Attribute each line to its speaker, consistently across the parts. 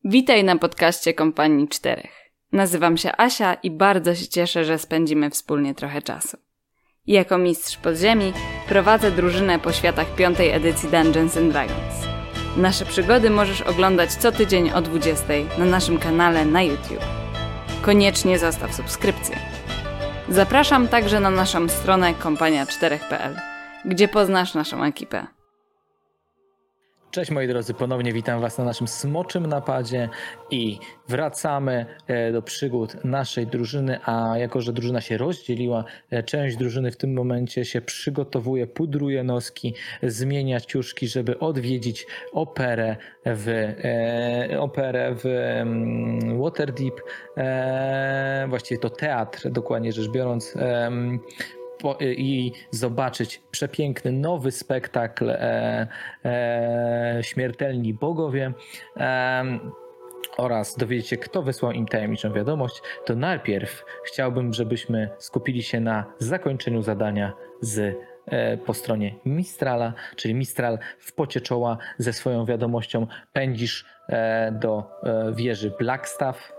Speaker 1: Witaj na podcaście Kompanii Czterech. Nazywam się Asia i bardzo się cieszę, że spędzimy wspólnie trochę czasu. Jako mistrz podziemi prowadzę drużynę po światach 5. edycji Dungeons & Dragons. Nasze przygody możesz oglądać co tydzień o 20 na naszym kanale na YouTube. Koniecznie zostaw subskrypcję. Zapraszam także na naszą stronę kompania4.pl, gdzie poznasz naszą ekipę.
Speaker 2: Cześć moi drodzy, ponownie witam was na naszym smoczym napadzie i wracamy do przygód naszej drużyny, a jako że drużyna się rozdzieliła, część drużyny w tym momencie się przygotowuje, pudruje noski, zmienia ciuszki, żeby odwiedzić operę w Waterdeep, właściwie to teatr, dokładnie rzecz biorąc, i zobaczyć przepiękny nowy spektakl Śmiertelni Bogowie oraz dowiedzieć się, kto wysłał im tajemniczą wiadomość, to najpierw chciałbym, żebyśmy skupili się na zakończeniu zadania po stronie Mistrala, czyli Mistral w pocie czoła ze swoją wiadomością pędzisz do wieży Blackstaff.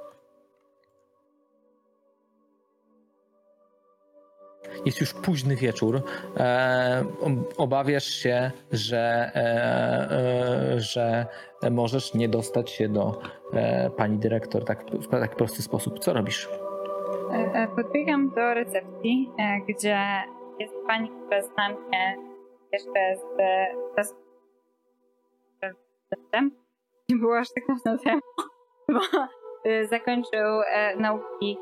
Speaker 2: Jest już późny wieczór. Obawiasz się, że możesz nie dostać się do pani dyrektor w tak prosty sposób. Co robisz?
Speaker 3: Podbiegam do recepcji, gdzie jest pani, która zna mnie jeszcze z nie było aż tak dawno temu, bo zakończył nauki.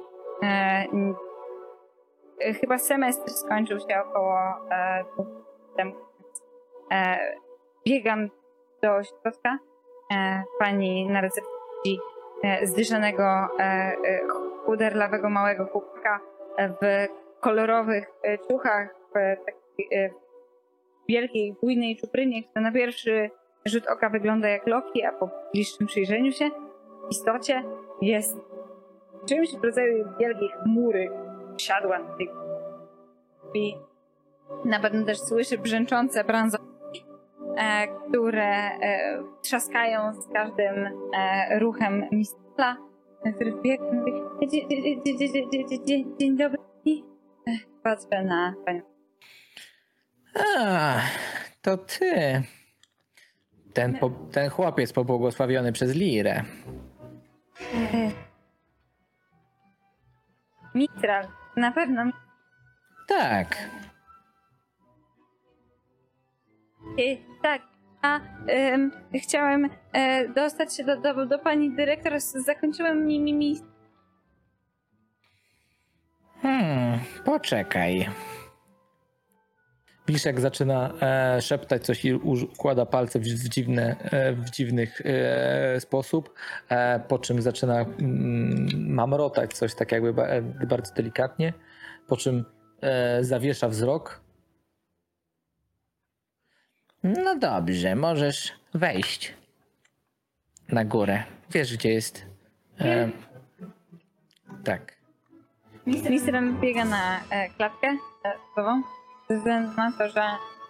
Speaker 3: Chyba semestr skończył się około temu. Biegam do środka. Pani na recepcji zdyżanego, chuderlawego małego chłopaka w kolorowych ciuchach, w takiej wielkiej, bujnej czuprynie, która na pierwszy rzut oka wygląda jak Loki, a po bliższym przyjrzeniu się w istocie jest czymś w rodzaju wielkiej chmury. Siadła na tej i na pewno też słyszy brzęczące bransolety, które trzaskają z każdym ruchem Mistrala, który biegł. Dzień dobry. Patrzę na panią.
Speaker 2: To ty. Ten chłopiec pobłogosławiony przez Lirę.
Speaker 3: Mistral, na pewno.
Speaker 2: Tak.
Speaker 3: Tak, a chciałem dostać się do pani dyrektor. Zakończyłem mi.
Speaker 2: Poczekaj. Wiszek zaczyna szeptać coś i układa palce w dziwnych sposób, po czym zaczyna mamrotać coś tak jakby bardzo delikatnie, po czym zawiesza wzrok. No dobrze, możesz wejść na górę. Wiesz, gdzie jest? Tak.
Speaker 3: Mister biega na klatkę schodową, ze względu na to, że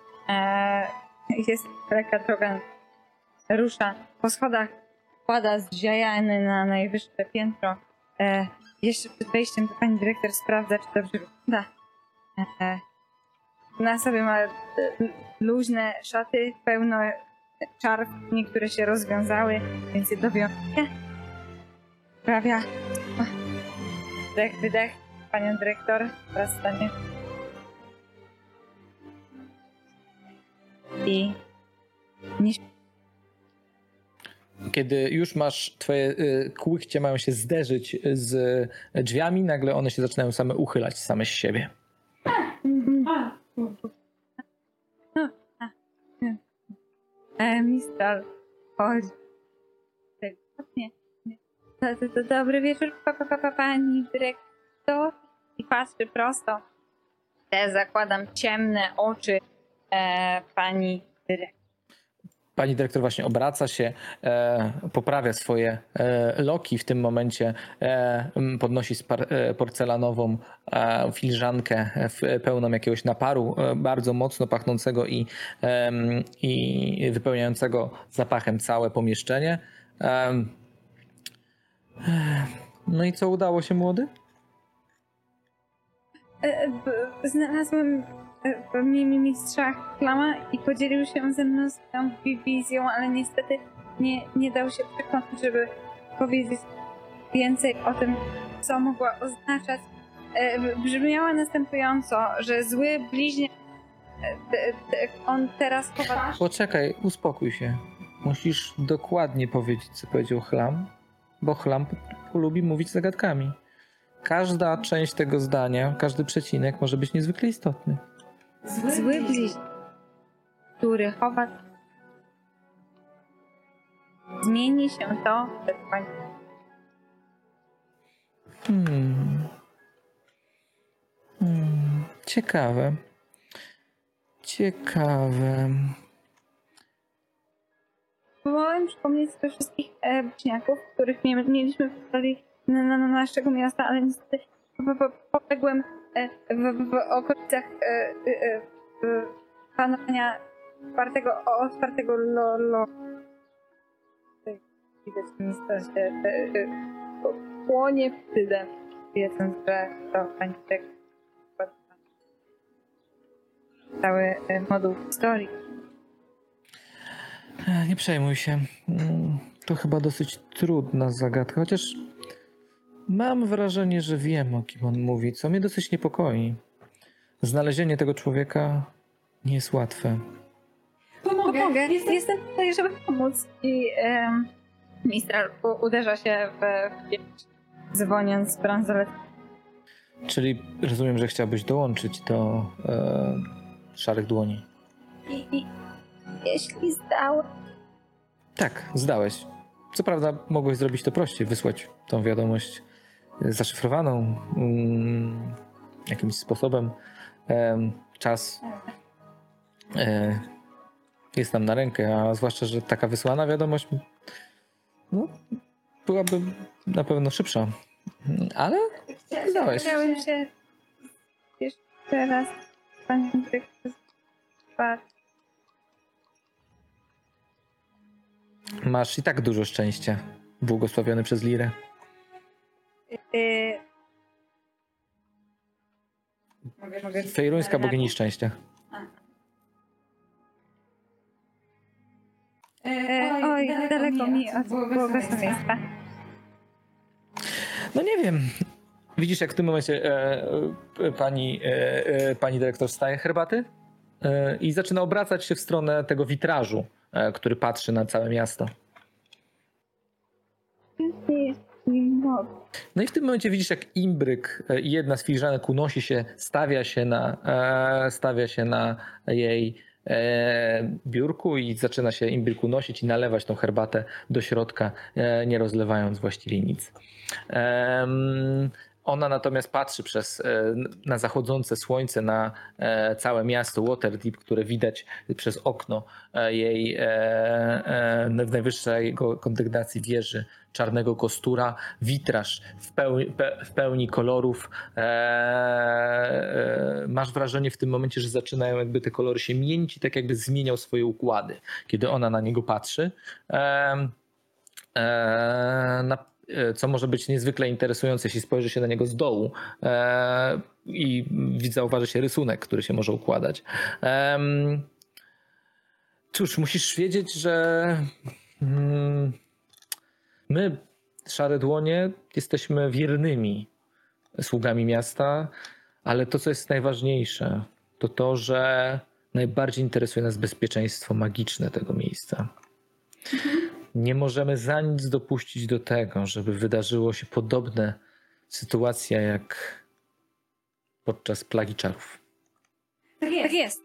Speaker 3: jest lekka droga, rusza po schodach, wpada zziajany na najwyższe piętro. Jeszcze przed wejściem to pani dyrektor sprawdza, czy dobrze wygląda. Na sobie ma luźne szaty, pełno czarów, niektóre się rozwiązały, więc je dowiązuje. Sprawia wdech, wydech, panią dyrektor, teraz stanie. I nie.
Speaker 2: Kiedy już masz, twoje kłykcie mają się zderzyć z drzwiami, nagle one się zaczynają same uchylać same z siebie.
Speaker 3: Mistral, chodź. To dobry wieczór, pani dyrektor. I patrzy prosto. Zakładam ciemne oczy pani dyrektor.
Speaker 2: Pani dyrektor właśnie obraca się, poprawia swoje loki w tym momencie, podnosi porcelanową filiżankę pełną jakiegoś naparu, bardzo mocno pachnącego i wypełniającego zapachem całe pomieszczenie. No i co, udało się, młody?
Speaker 3: Znalazłem mistrza Chlama i podzielił się ze mną swoją wizją, ale niestety nie dał się przekonać, żeby powiedzieć więcej o tym, co mogła oznaczać. Brzmiała następująco, że zły bliźniak, on teraz chowa...
Speaker 2: Poczekaj, uspokój się. Musisz dokładnie powiedzieć, co powiedział Chlam, bo Chlam lubi mówić zagadkami. Każda część tego zdania, każdy przecinek może być niezwykle istotny.
Speaker 3: Zły bliźniak, który chowa... Zmieni się to przed końcem.
Speaker 2: Ciekawe.
Speaker 3: Próbowałem przypomnieć sobie wszystkich bliźniaków, których mieliśmy w historii naszego miasta, ale niestety poległem w okolicach panowania otwartego widać miejsce się płonie wstydem, wiedząc, że to Franciszek cały moduł historii.
Speaker 2: Nie przejmuj się. To chyba dosyć trudna zagadka, chociaż mam wrażenie, że wiem, o kim on mówi, co mnie dosyć niepokoi. Znalezienie tego człowieka nie jest łatwe.
Speaker 3: Pomogę. Jestem tutaj, żeby pomóc. I Mistral uderza się w pierś, dzwoniąc bransolet.
Speaker 2: Czyli rozumiem, że chciałbyś dołączyć do Szarych Dłoni.
Speaker 3: I jeśli zdałem...
Speaker 2: Tak, zdałeś. Co prawda mogłeś zrobić to prościej, wysłać tą wiadomość zaszyfrowaną jakimś sposobem. Czas jest nam na rękę, a zwłaszcza, że taka wysłana wiadomość byłaby na pewno szybsza. Ale zdałeś.
Speaker 3: Chciałem się jeszcze raz pamiętać.
Speaker 2: Masz i tak dużo szczęścia, błogosławiony przez Lirę. Fejruńska bogini szczęścia.
Speaker 3: Oj, daleko mi od błogosławieństwa.
Speaker 2: No nie wiem. Widzisz, jak w tym momencie pani dyrektor wstaje herbaty i zaczyna obracać się w stronę tego witrażu, który patrzy na całe miasto. No i w tym momencie widzisz, jak imbryk i jedna z filiżanek unosi się, stawia się na jej biurku i zaczyna się imbryk unosić i nalewać tą herbatę do środka, nie rozlewając właściwie nic. Ona natomiast patrzy na zachodzące słońce, na całe miasto Waterdeep, które widać przez okno jej w najwyższej kondygnacji wieży czarnego kostura, witraż w pełni kolorów. Masz wrażenie w tym momencie, że zaczynają jakby te kolory się mienić i tak jakby zmieniał swoje układy, kiedy ona na niego patrzy. Co może być niezwykle interesujące, jeśli spojrzy się na niego z dołu i zauważy się rysunek, który się może układać. Cóż, musisz wiedzieć, że my, Szare Dłonie, jesteśmy wiernymi sługami miasta, ale to, co jest najważniejsze, to to, że najbardziej interesuje nas bezpieczeństwo magiczne tego miejsca. Nie możemy za nic dopuścić do tego, żeby wydarzyło się podobne sytuacja jak podczas plagi czarów.
Speaker 3: Tak jest.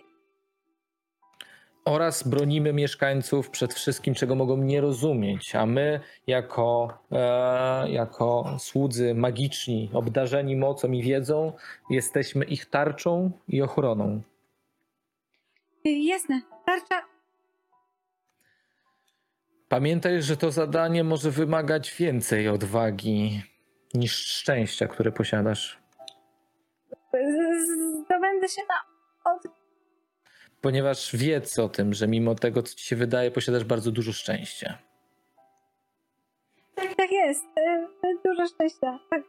Speaker 2: Oraz bronimy mieszkańców przed wszystkim, czego mogą nie rozumieć, a my jako słudzy magiczni, obdarzeni mocą i wiedzą, jesteśmy ich tarczą i ochroną.
Speaker 3: Jasne, tarcza.
Speaker 2: Pamiętaj, że to zadanie może wymagać więcej odwagi niż szczęścia, które posiadasz.
Speaker 3: Zdobędę się na
Speaker 2: Ponieważ wiedz o tym, że mimo tego, co ci się wydaje, posiadasz bardzo dużo szczęścia.
Speaker 3: Tak jest. Dużo szczęścia. Tak.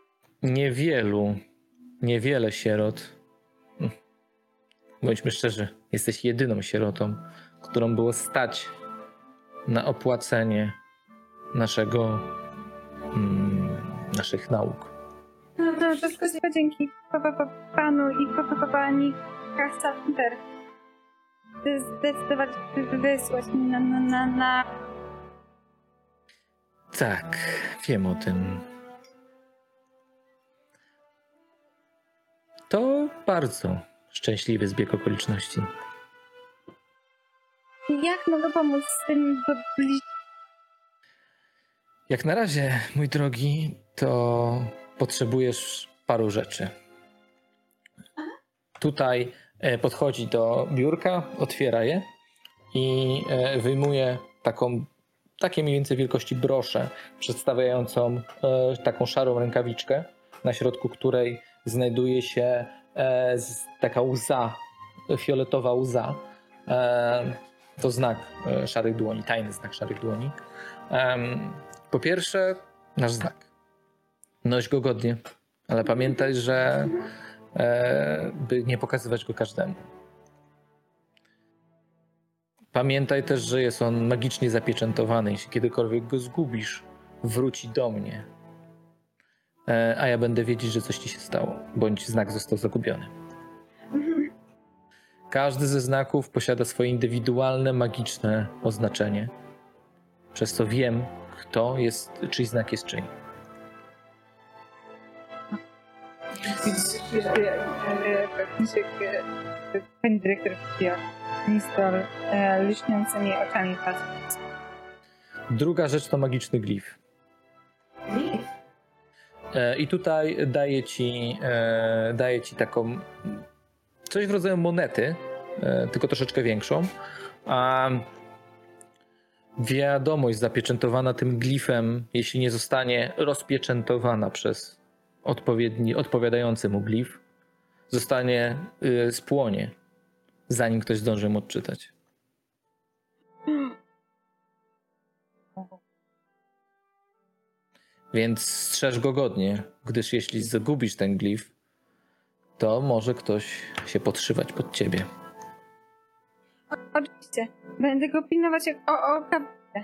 Speaker 2: Niewiele sierot. Bądźmy szczerzy, jesteś jedyną sierotą, którą było stać na opłacenie naszych nauk.
Speaker 3: No to wszystko dzięki panu i pani Carpenter. Zdecydowali się wysłać mnie na...
Speaker 2: Tak, wiem o tym. To bardzo szczęśliwy zbieg okoliczności.
Speaker 3: Jak mogę pomóc z tym
Speaker 2: Jak na razie, mój drogi, to potrzebujesz paru rzeczy. Tutaj podchodzi do biurka, otwiera je i wyjmuje takie mniej więcej wielkości broszę, przedstawiającą taką szarą rękawiczkę, na środku której znajduje się taka łza, fioletowa łza. To znak szarych dłoni, tajny znak szarych dłoni. Po pierwsze, nasz znak. Noś go godnie, ale pamiętaj, że by nie pokazywać go każdemu. Pamiętaj też, że jest on magicznie zapieczętowany. Jeśli kiedykolwiek go zgubisz, wróci do mnie. A ja będę wiedzieć, że coś ci się stało, bądź znak został zagubiony. Każdy ze znaków posiada swoje indywidualne, magiczne oznaczenie. Przez co wiem, czyj znak jest czyj.
Speaker 3: Pani dyrektor wpiła minister lśniącymi oczami patrzy.
Speaker 2: Druga rzecz to magiczny glif.
Speaker 4: Glif?
Speaker 2: I tutaj daję ci taką coś w rodzaju monety, tylko troszeczkę większą. A wiadomość zapieczętowana tym glifem, jeśli nie zostanie rozpieczętowana przez odpowiadający mu glif, spłonie, zanim ktoś zdąży ją odczytać. Więc strzeż go godnie, gdyż jeśli zagubisz ten glif, to może ktoś się podszywać pod ciebie.
Speaker 3: Oczywiście. Będę go pilnować jak o kapitę.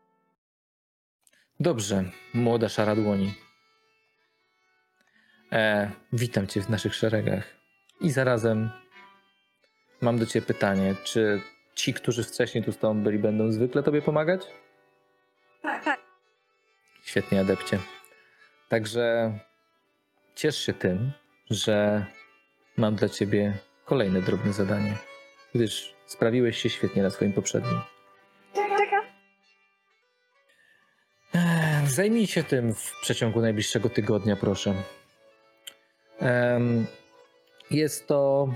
Speaker 2: Dobrze, młoda szara dłoni. Witam cię w naszych szeregach. I zarazem mam do ciebie pytanie, czy ci, którzy wcześniej tu z tobą byli, będą zwykle tobie pomagać?
Speaker 3: Tak.
Speaker 2: Świetnie, adepcie. Także ciesz się tym, że mam dla ciebie kolejne drobne zadanie, gdyż sprawiłeś się świetnie na swoim poprzednim.
Speaker 3: Czekam.
Speaker 2: Zajmij się tym w przeciągu najbliższego tygodnia, proszę. Jest to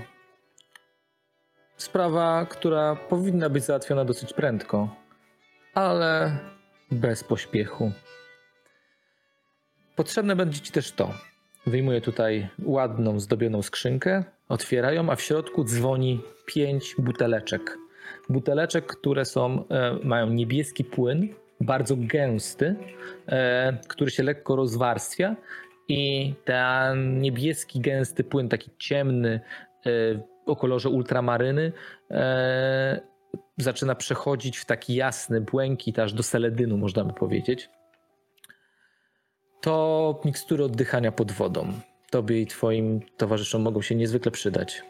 Speaker 2: sprawa, która powinna być załatwiona dosyć prędko, ale bez pośpiechu. Potrzebne będzie ci też to. Wyjmuję tutaj ładną, zdobioną skrzynkę, otwiera ją, a w środku dzwoni 5 buteleczek. Buteleczek, które mają niebieski płyn, bardzo gęsty, który się lekko rozwarstwia i ten niebieski, gęsty płyn, taki ciemny, o kolorze ultramaryny, zaczyna przechodzić w taki jasny błękit, aż do seledynu, można by powiedzieć. To mikstury oddychania pod wodą. Tobie i twoim towarzyszom mogą się niezwykle przydać.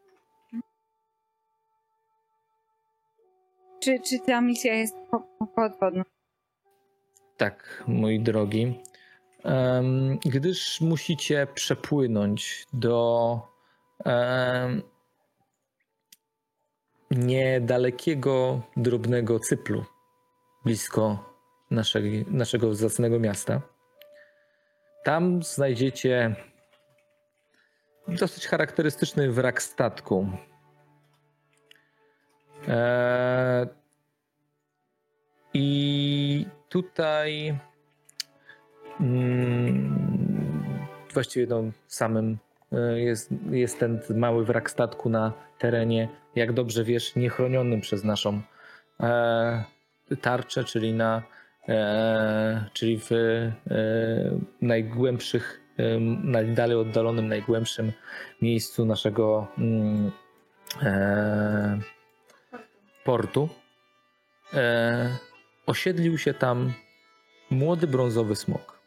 Speaker 3: Czy ta misja jest podwodna?
Speaker 2: Tak, mój drogi. Gdyż musicie przepłynąć do niedalekiego, drobnego Cyplu, blisko naszego zacnego miasta. Tam znajdziecie dosyć charakterystyczny wrak statku. I tutaj właściwie samym jest ten mały wrak statku na terenie, jak dobrze wiesz, niechronionym przez naszą tarczę, czyli na czyli w najgłębszych, najdalej oddalonym, najgłębszym miejscu naszego portu, osiedlił się tam młody brązowy smok.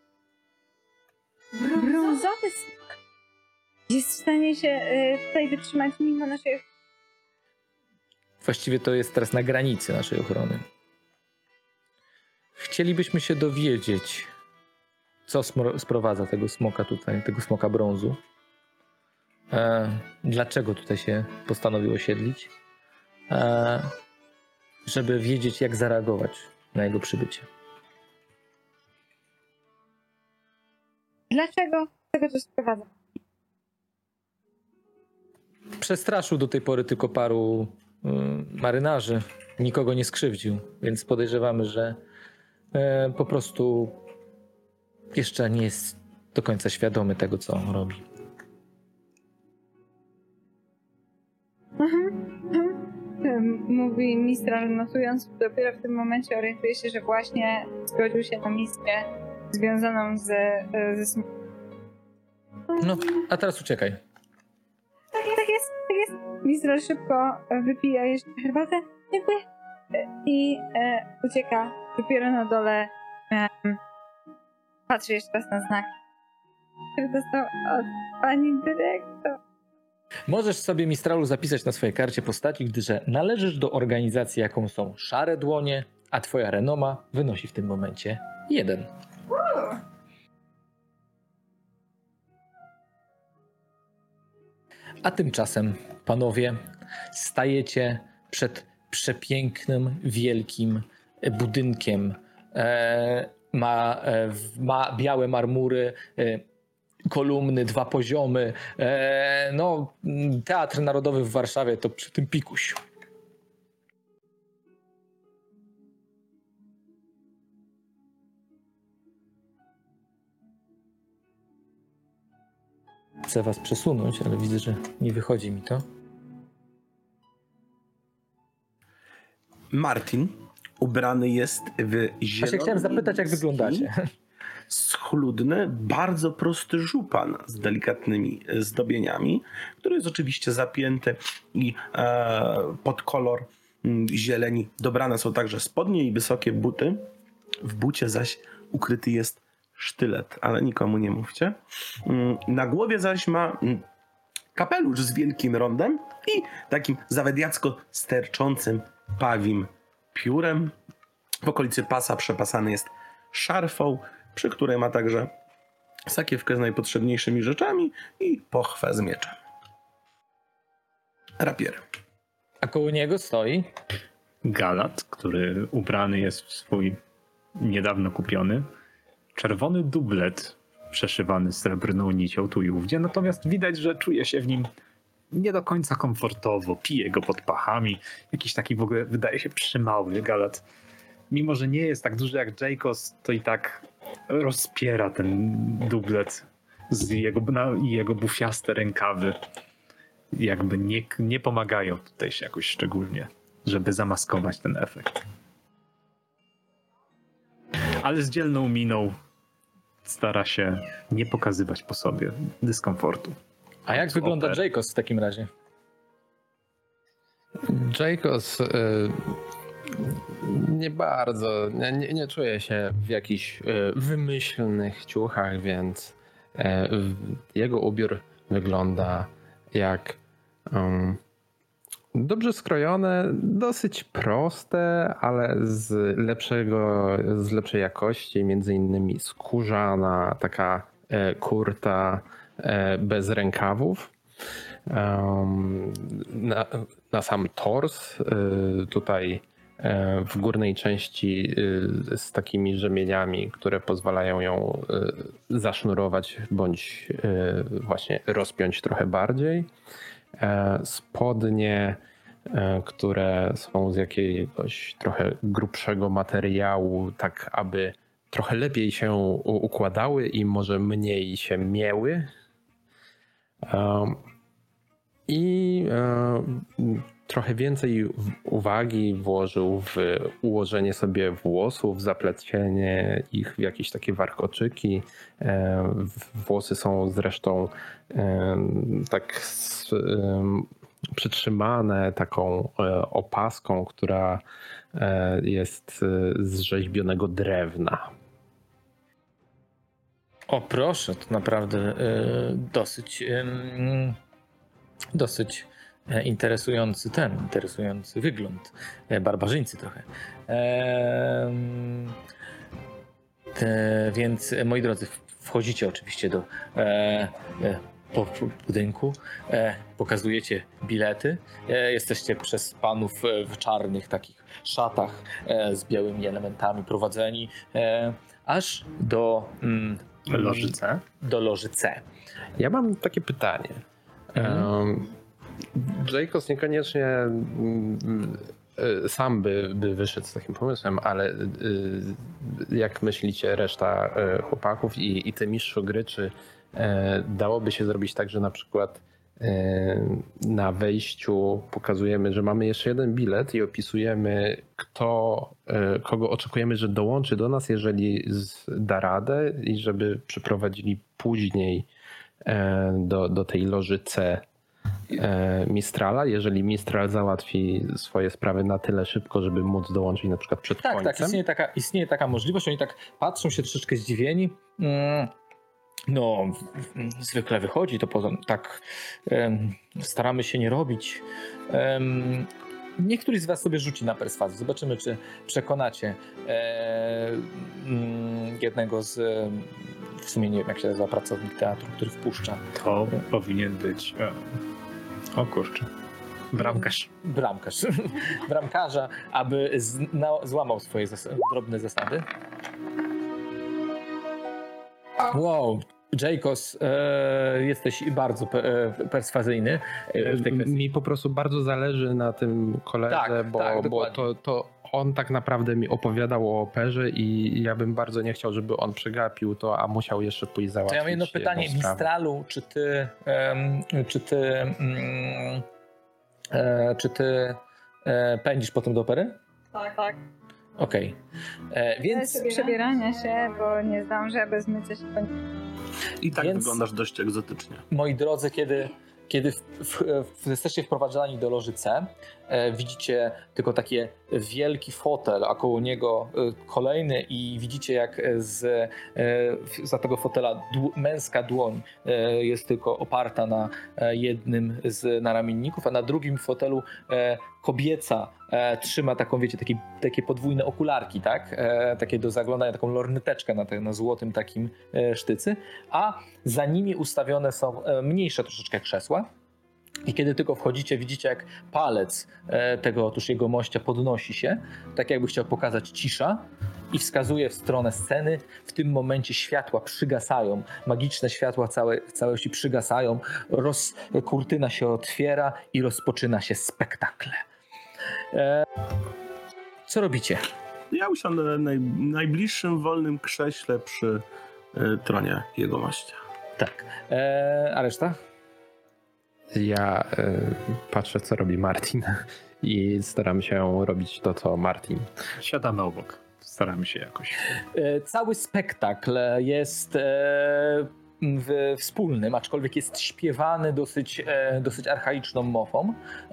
Speaker 3: Brązowy smok jest w stanie się tutaj wytrzymać mimo naszej...
Speaker 2: Właściwie to jest teraz na granicy naszej ochrony. Chcielibyśmy się dowiedzieć, co sprowadza tego smoka tutaj, tego smoka brązu. Dlaczego tutaj się postanowił osiedlić? Żeby wiedzieć, jak zareagować na jego przybycie.
Speaker 3: Dlaczego tego to sprowadza?
Speaker 2: Przestraszył do tej pory tylko paru marynarzy. Nikogo nie skrzywdził, więc podejrzewamy, że po prostu jeszcze nie jest do końca świadomy tego, co on robi.
Speaker 3: Mówi Mistral, notując, dopiero w tym momencie orientuje się, że właśnie zgodził się na misję związaną ze smokiem.
Speaker 2: No, a teraz uciekaj.
Speaker 3: Tak jest. Mistral szybko wypija jeszcze herbatę. Dziękuję. I ucieka. Dopiero na dole patrzy jeszcze raz na znak, który dostał od pani dyrektor.
Speaker 2: Możesz sobie, Mistralu, zapisać na swojej karcie postaci, gdyż należysz do organizacji, jaką są Szare Dłonie, a twoja renoma wynosi w tym momencie 1. A tymczasem, panowie, stajecie przed przepięknym, wielkim budynkiem. Ma białe marmury, kolumny, 2 poziomy. No, Teatr Narodowy w Warszawie to przy tym pikuś. Chcę was przesunąć, ale widzę, że nie wychodzi mi to.
Speaker 5: Martin ubrany jest w zielony.
Speaker 2: Właśnie chciałem zapytać, jak wyglądacie.
Speaker 5: Schludny, bardzo prosty żupan z delikatnymi zdobieniami, który jest oczywiście zapięty i pod kolor zieleni dobrane są także spodnie i wysokie buty. W bucie zaś ukryty jest sztylet, ale nikomu nie mówcie. Na głowie zaś ma kapelusz z wielkim rondem i takim zawediacko sterczącym pawim piórem. W okolicy pasa przepasany jest szarfą, przy której ma także sakiewkę z najpotrzebniejszymi rzeczami i pochwę z mieczem. Rapierem.
Speaker 2: A koło niego stoi
Speaker 6: Galat, który ubrany jest w swój niedawno kupiony czerwony dublet przeszywany srebrną nicią tu i ówdzie, natomiast widać, że czuje się w nim nie do końca komfortowo, pije go pod pachami, jakiś taki w ogóle wydaje się przymały Galat. Mimo że nie jest tak duży jak Jacos, to i tak rozpiera ten dublet i jego bufiaste rękawy. Jakby nie pomagają tutaj się jakoś szczególnie, żeby zamaskować ten efekt. Ale z dzielną miną stara się nie pokazywać po sobie dyskomfortu.
Speaker 2: A jak wygląda Jacos w takim razie?
Speaker 7: Jacos nie bardzo, nie czuje się w jakichś wymyślnych ciuchach, więc jego ubiór wygląda jak dobrze skrojone, dosyć proste, ale z lepszej jakości, między innymi skórzana taka kurta bez rękawów. Na sam tors tutaj w górnej części z takimi rzemieniami, które pozwalają ją zasznurować bądź właśnie rozpiąć trochę bardziej. Spodnie, które są z jakiegoś trochę grubszego materiału, tak aby trochę lepiej się układały i może mniej się mięły. I trochę więcej uwagi włożył w ułożenie sobie włosów, zaplecienie ich w jakieś takie warkoczyki. Włosy są zresztą tak przytrzymane taką opaską, która jest z rzeźbionego drewna.
Speaker 2: O proszę, to naprawdę dosyć interesujący wygląd. Barbarzyńcy trochę. Więc moi drodzy, wchodzicie oczywiście do po budynku, pokazujecie bilety. Jesteście przez panów w czarnych takich szatach z białymi elementami prowadzeni aż do
Speaker 6: Loży C.
Speaker 2: Do loży C.
Speaker 7: Ja mam takie pytanie. Jacobs niekoniecznie sam by wyszedł z takim pomysłem, ale jak myślicie reszta chłopaków i ty mistrzu gry, czy dałoby się zrobić tak, że na przykład na wejściu pokazujemy, że mamy jeszcze jeden bilet i opisujemy kogo oczekujemy, że dołączy do nas, jeżeli da radę i żeby przyprowadzili później do tej loży C Mistrala, jeżeli Mistral załatwi swoje sprawy na tyle szybko, żeby móc dołączyć na przykład przed końcem.
Speaker 2: Tak, istnieje taka możliwość. Oni tak patrzą się troszeczkę zdziwieni. No, zwykle wychodzi to poza, tak staramy się nie robić. Niektóry z was sobie rzuci na perswazję. Zobaczymy, czy przekonacie jednego z, w sumie nie wiem jak się nazywa, pracownik teatru, który wpuszcza.
Speaker 6: To powinien być, o kurczę, bramkarz. Bramkarza,
Speaker 2: aby złamał swoje drobne zasady. Wow, Jacobs, jesteś bardzo perswazyjny w tej kwestii.
Speaker 7: Mi po prostu bardzo zależy na tym koledze, bo to on tak naprawdę mi opowiadał o operze i ja bym bardzo nie chciał, żeby on przegapił to, a musiał jeszcze pójść załatwić.
Speaker 2: To ja mam jedno pytanie, Mistralu, czy ty pędzisz potem do opery?
Speaker 3: Tak.
Speaker 2: Okej. Więc
Speaker 3: Przebierania się, bo nie zdążę bez mycia się.
Speaker 5: I tak
Speaker 2: Więc-
Speaker 5: wyglądasz dość egzotycznie.
Speaker 2: moi drodzy, kiedy jesteście wprowadzani do loży C, widzicie tylko taki wielki fotel, a koło niego kolejny i widzicie jak za tego fotela męska dłoń jest tylko oparta na jednym z naramienników, a na drugim fotelu kobieca trzyma taką, wiecie, takie podwójne okularki, tak? Takie do zaglądania, taką lorneteczkę na złotym takim sztycy, a za nimi ustawione są mniejsze troszeczkę krzesła. I kiedy tylko wchodzicie, widzicie jak palec tego otóż jego mościa podnosi się, tak jakby chciał pokazać cisza i wskazuje w stronę sceny. W tym momencie światła przygasają, magiczne światła w całości przygasają, kurtyna się otwiera i rozpoczyna się spektakl. Co robicie?
Speaker 5: Ja usiądę na najbliższym wolnym krześle przy tronie jego mościa.
Speaker 2: Tak. A reszta?
Speaker 7: Ja patrzę, co robi Martin i staram się robić to, co Martin.
Speaker 6: Siadamy obok. Staramy się jakoś.
Speaker 2: Cały spektakl jest wspólnym, aczkolwiek jest śpiewany dosyć archaiczną mową.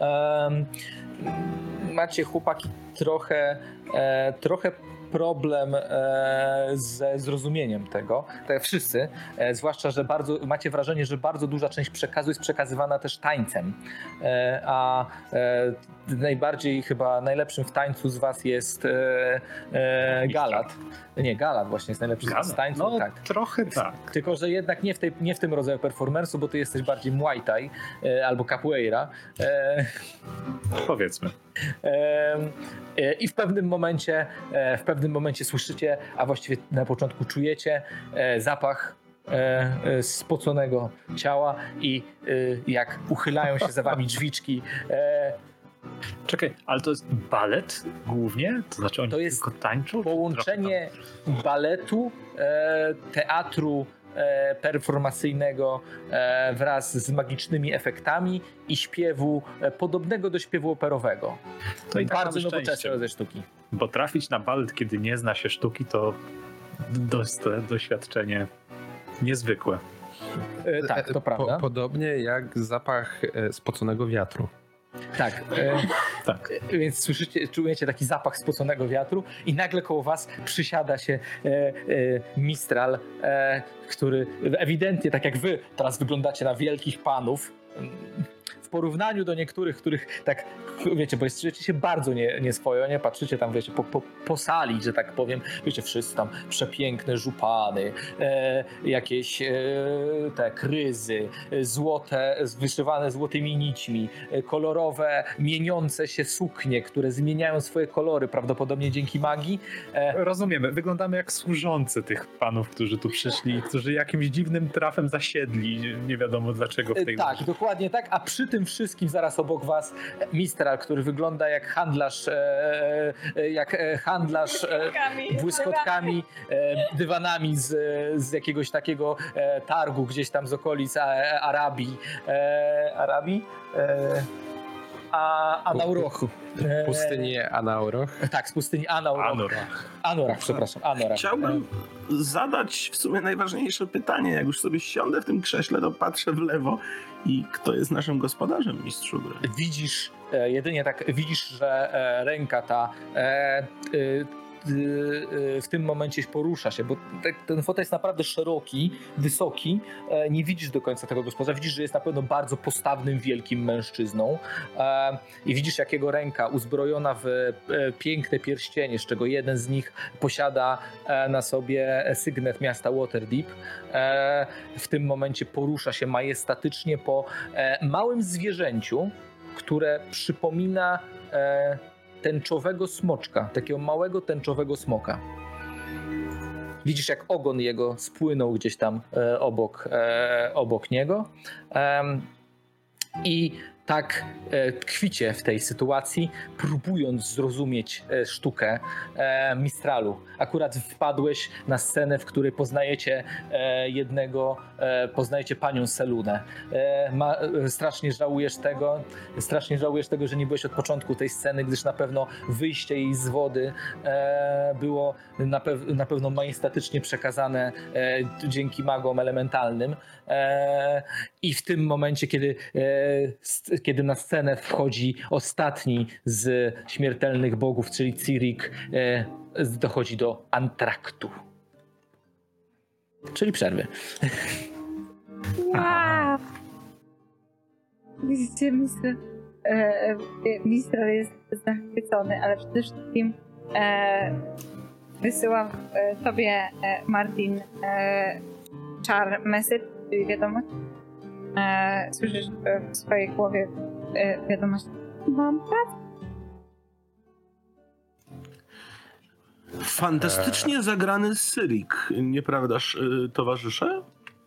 Speaker 2: Macie, chłopaki, trochę problem ze zrozumieniem tego. Tak, wszyscy, zwłaszcza, że macie wrażenie, że bardzo duża część przekazu jest przekazywana też tańcem. A najbardziej chyba najlepszym w tańcu z was jest Galat. Nie, Galat właśnie jest najlepszy z tańców.
Speaker 6: No,
Speaker 2: tak.
Speaker 6: Trochę tak.
Speaker 2: Tylko że jednak nie w tym rodzaju performance'u, bo ty jesteś bardziej Muay Thai albo capoeira.
Speaker 6: Powiedzmy.
Speaker 2: I w pewnym momencie słyszycie, a właściwie na początku czujecie zapach spoconego ciała i jak uchylają się za wami drzwiczki.
Speaker 6: Czekaj, ale to jest balet głównie? To znaczy oni
Speaker 2: To jest
Speaker 6: tylko tańczą?
Speaker 2: Połączenie baletu, teatru performacyjnego wraz z magicznymi efektami i śpiewu podobnego do śpiewu operowego.
Speaker 6: To i tak
Speaker 2: bardzo
Speaker 6: mamy
Speaker 2: nowoczesne
Speaker 6: szczęście.
Speaker 2: rodzaj sztuki.
Speaker 6: Bo trafić na bal, kiedy nie zna się sztuki, to doświadczenie niezwykłe.
Speaker 2: Tak, to prawda.
Speaker 7: Podobnie jak zapach spoconego wiatru.
Speaker 2: Tak.
Speaker 6: Tak.
Speaker 2: Więc czujecie taki zapach spoconego wiatru i nagle koło was przysiada się Mistral, który ewidentnie, tak jak wy teraz wyglądacie na wielkich panów, w porównaniu do niektórych, których tak, wiecie, bo czujecie się bardzo nieswojo, nie? Patrzycie tam, wiecie, po sali, że tak powiem, wiecie, wszyscy tam przepiękne żupany, jakieś te kryzy, złote, wyszywane złotymi nićmi, kolorowe, mieniące się suknie, które zmieniają swoje kolory, prawdopodobnie dzięki magii.
Speaker 6: Rozumiemy, wyglądamy jak służący tych panów, którzy tu przyszli, którzy jakimś dziwnym trafem zasiedli, nie wiadomo dlaczego w tej
Speaker 2: Tak, dokładnie tak, a przy tym wszystkim zaraz obok was Mistral, który wygląda jak handlarz błyskotkami, dywanami z jakiegoś takiego targu gdzieś tam z okolic Arabii. Anaurochu.
Speaker 7: Pustyni Anauroch.
Speaker 2: Tak, z pustyni Anorach, przepraszam. Anorach.
Speaker 5: Chciałbym zadać w sumie najważniejsze pytanie. Jak już sobie siądę w tym krześle, to patrzę w lewo i kto jest naszym gospodarzem, mistrzu gry?
Speaker 2: Widzisz, jedynie tak, widzisz, że ręka ta w tym momencie porusza się, bo ten fotel jest naprawdę szeroki, wysoki, nie widzisz do końca tego gospodarza, widzisz, że jest na pewno bardzo postawnym, wielkim mężczyzną i widzisz, jak jego ręka uzbrojona w piękne pierścienie, z czego jeden z nich posiada na sobie sygnet miasta Waterdeep, w tym momencie porusza się majestatycznie po małym zwierzęciu, które przypomina tęczowego smoczka, takiego małego tęczowego smoka. Widzisz, jak ogon jego spłynął gdzieś tam obok niego. I tak tkwicie w tej sytuacji, próbując zrozumieć sztukę Mistralu. Akurat wpadłeś na scenę, w której poznajecie poznajecie panią Selunę. Strasznie żałujesz tego, że nie byłeś od początku tej sceny, gdyż na pewno wyjście jej z wody było na pewno majestatycznie przekazane dzięki magom elementalnym. I w tym momencie, kiedy na scenę wchodzi ostatni z śmiertelnych bogów, czyli Cyrik, dochodzi do antraktu. Czyli przerwy.
Speaker 3: Wow! Widzicie, Mistral jest zachwycony, ale przede wszystkim wysyłam tobie, Martin, czar message, czyli wiadomość. Słyszysz w swojej głowie wiadomość. Mam pracę.
Speaker 5: Fantastycznie zagrany Cyrik, nieprawdaż, towarzysze?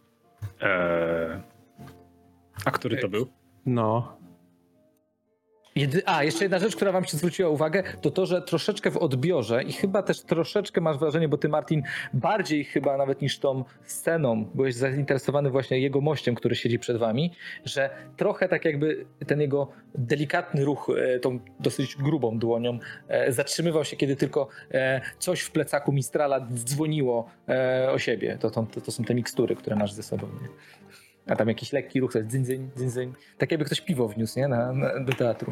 Speaker 6: A który to był?
Speaker 7: No.
Speaker 2: Jeszcze jedna rzecz, która wam się zwróciła uwagę, to, że troszeczkę w odbiorze i chyba też troszeczkę masz wrażenie, bo ty, Martin, bardziej chyba nawet niż tą sceną byłeś zainteresowany właśnie jego mościem, który siedzi przed wami, że trochę tak jakby ten jego delikatny ruch, tą dosyć grubą dłonią zatrzymywał się, kiedy tylko coś w plecaku Mistrala dzwoniło o siebie. To są te mikstury, które masz ze sobą, nie? A tam jakiś lekki ruch, to jest dzyń, dzyń, dzyń. Tak jakby ktoś piwo wniósł, nie? Do teatru.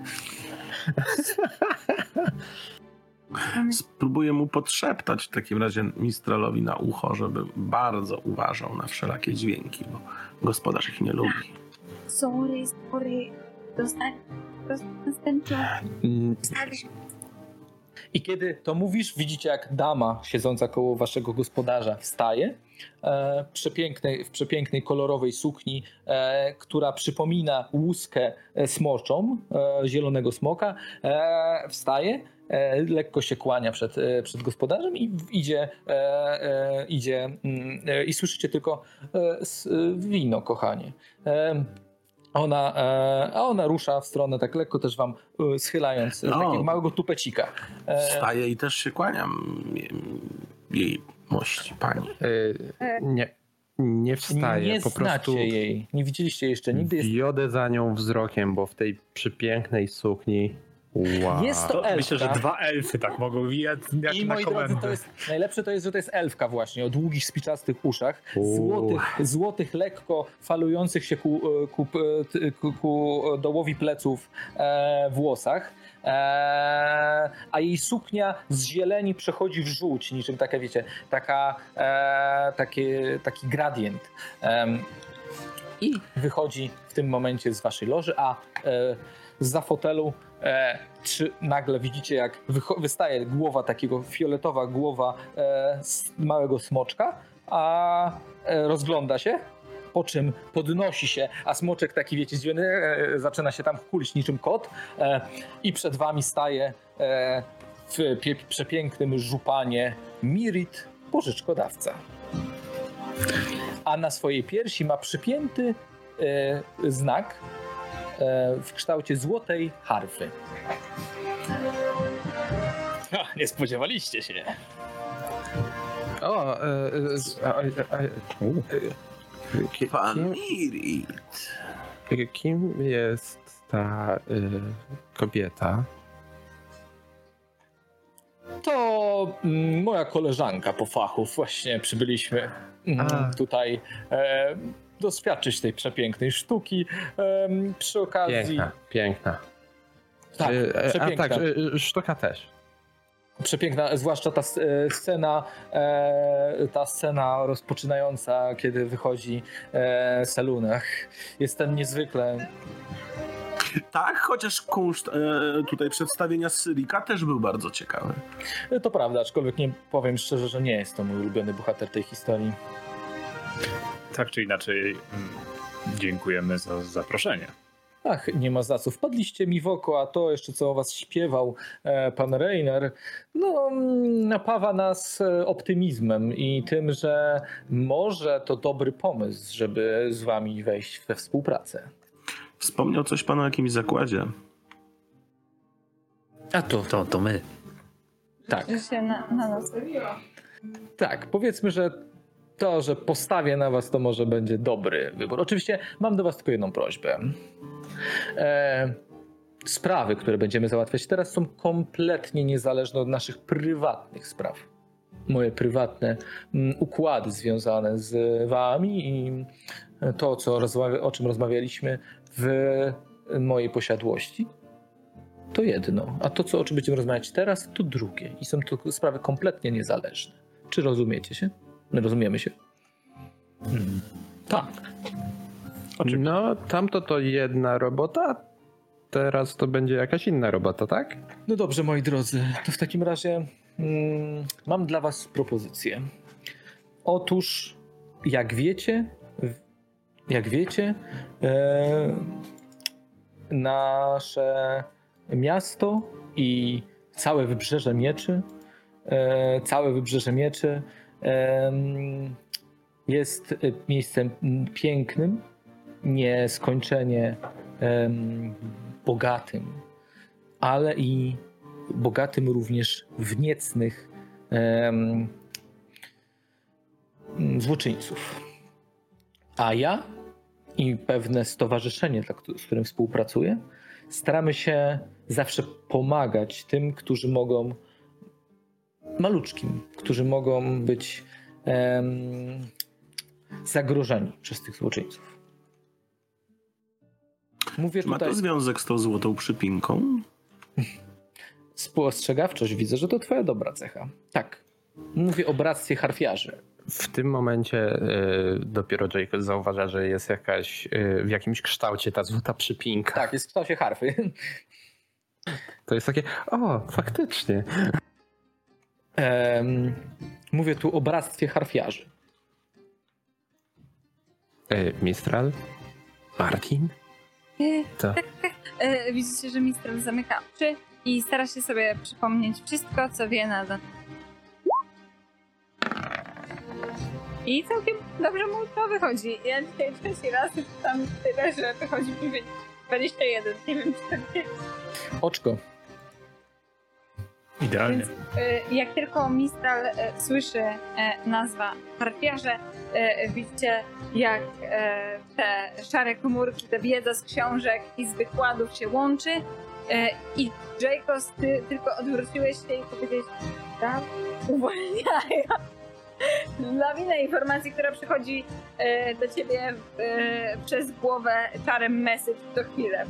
Speaker 5: Spróbuję mu podszeptać w takim razie Mistralowi na ucho, żeby bardzo uważał na wszelakie dźwięki, bo gospodarz ich nie lubi.
Speaker 3: Sorry. Dostań następną.
Speaker 2: I kiedy to mówisz, widzicie, jak dama siedząca koło waszego gospodarza wstaje w przepięknej kolorowej sukni, która przypomina łuskę smoczą, zielonego smoka, wstaje, lekko się kłania przed gospodarzem i idzie i słyszycie tylko wino, kochanie. Ona rusza w stronę, tak lekko też wam schylając takiego małego tupecika.
Speaker 5: Wstaję i też się kłaniam jej mości, pani.
Speaker 7: Nie. Nie wstaje,
Speaker 2: Nie
Speaker 7: po prostu
Speaker 2: znacie jej, nie widzieliście jej jeszcze nigdy.
Speaker 7: wiodę za nią wzrokiem, bo w tej przepięknej sukni wow.
Speaker 2: Jest to elfka.
Speaker 6: Myślę, że 2 elfy tak mogą wijać jak
Speaker 2: I
Speaker 6: na
Speaker 2: moi drodzy,
Speaker 6: komendę.
Speaker 2: to jest, najlepsze to jest, że to jest elfka właśnie, o długich, spiczastych uszach, złotych lekko falujących się ku dołowi pleców włosach, a jej suknia z zieleni przechodzi w żółć, niczym taka, wiecie, taki gradient. I wychodzi w tym momencie z waszej loży, a zza fotelu nagle widzicie, jak wystaje głowa takiego, fioletowa głowa małego smoczka, a rozgląda się, po czym podnosi się, a smoczek taki, wiecie, zdziwiony, zaczyna się tam kulić niczym kot i przed wami staje w przepięknym żupanie Mirit, pożyczkodawca. A na swojej piersi ma przypięty znak w kształcie złotej harfy. Nie spodziewaliście się.
Speaker 7: O,
Speaker 5: Pan Mirit.
Speaker 7: kim jest ta kobieta?
Speaker 2: To moja koleżanka po fachu. Właśnie przybyliśmy tutaj doświadczyć tej przepięknej sztuki. Przy okazji...
Speaker 7: Piękna.
Speaker 2: Tak, przepiękna.
Speaker 7: A tak, sztuka też.
Speaker 2: Przepiękna, zwłaszcza ta scena rozpoczynająca, kiedy wychodzi Selunach. Jestem niezwykle...
Speaker 5: Tak, chociaż kunszt tutaj przedstawienia Sylika też był bardzo ciekawy.
Speaker 2: To prawda, aczkolwiek nie powiem szczerze, że nie jest to mój ulubiony bohater tej historii.
Speaker 6: Tak czy inaczej, dziękujemy za zaproszenie.
Speaker 2: Ach, nie ma za co. Wpadliście mi w oko, a to jeszcze co o was śpiewał pan Reiner, no napawa nas optymizmem i tym, że może to dobry pomysł, żeby z wami wejść we współpracę.
Speaker 5: Wspomniał coś pan o jakimś zakładzie.
Speaker 2: A
Speaker 6: To my.
Speaker 2: tak.
Speaker 3: Że się na nas wybiło.
Speaker 2: Tak, powiedzmy, że to, że postawię na was, to może będzie dobry wybór. Oczywiście mam do was tylko jedną prośbę. Sprawy, które będziemy załatwiać teraz, są kompletnie niezależne od naszych prywatnych spraw. Moje prywatne układy związane z wami i to, o czym rozmawialiśmy w mojej posiadłości, to jedno. A to, o czym będziemy rozmawiać teraz, to drugie. I są to sprawy kompletnie niezależne. Czy rozumiecie się? Rozumiemy się? Tak.
Speaker 7: No, tamto to jedna robota, teraz to będzie jakaś inna robota, tak?
Speaker 2: No dobrze, moi drodzy, to w takim razie mam dla was propozycję. Otóż, jak wiecie, nasze miasto i całe Wybrzeże Mieczy jest miejscem pięknym, nieskończenie bogatym, ale i bogatym również w niecnych złoczyńców. A ja i pewne stowarzyszenie, z którym współpracuję, staramy się zawsze pomagać tym, którzy mogą, maluczkim, którzy mogą być zagrożeni przez tych złoczyńców. Mówię
Speaker 5: Ma
Speaker 2: tutaj...
Speaker 5: to związek z tą złotą przypinką?
Speaker 2: Spostrzegawczość, widzę, że to twoja dobra cecha. Tak. Mówię o bractwie harfiarzy.
Speaker 7: W tym momencie dopiero Jake zauważa, że jest w jakimś kształcie ta złota przypinka.
Speaker 2: Tak, jest w kształcie harfy.
Speaker 7: To jest takie, o, faktycznie.
Speaker 2: Mówię tu o bractwie harfiarzy.
Speaker 7: Mistral? Martin? To.
Speaker 3: Widzicie, że Mistral zamyka oczy i stara się sobie przypomnieć wszystko, co wie na ten. I całkiem dobrze mu to wychodzi. Ja dzisiaj trzeci raz tam tyle, że wychodzi mi 21. Nie wiem, czy to nie.
Speaker 2: Oczko.
Speaker 6: Idealnie.
Speaker 3: Więc jak tylko Mistral słyszy nazwę harfiarze, widzicie jak te szare komórki, ta wiedza z książek i z wykładów się łączy i Jacobs, ty tylko odwróciłeś się i powiedziałeś tak, uwalniają. Lawina informacji, która przychodzi do ciebie przez głowę czarem message co chwilę.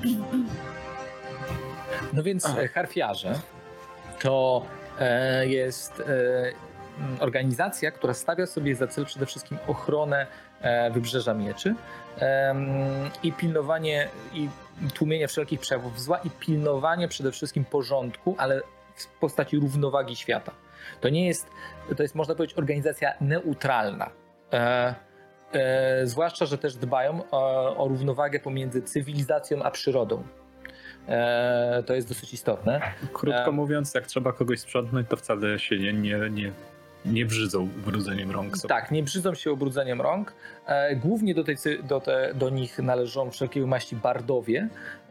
Speaker 2: No więc harfiarze to jest organizacja, która stawia sobie za cel przede wszystkim ochronę Wybrzeża Mieczy i pilnowanie i tłumienie wszelkich przejawów zła i pilnowanie przede wszystkim porządku, ale w postaci równowagi świata. To jest można powiedzieć organizacja neutralna. Zwłaszcza, że też dbają o równowagę pomiędzy cywilizacją a przyrodą. To jest dosyć istotne.
Speaker 6: Krótko mówiąc, jak trzeba kogoś sprzątnąć, to wcale się nie brzydzą ubrudzeniem rąk.
Speaker 2: Tak, nie brzydzą się ubrudzeniem rąk. Głównie do nich należą wszelkiego maści bardowie,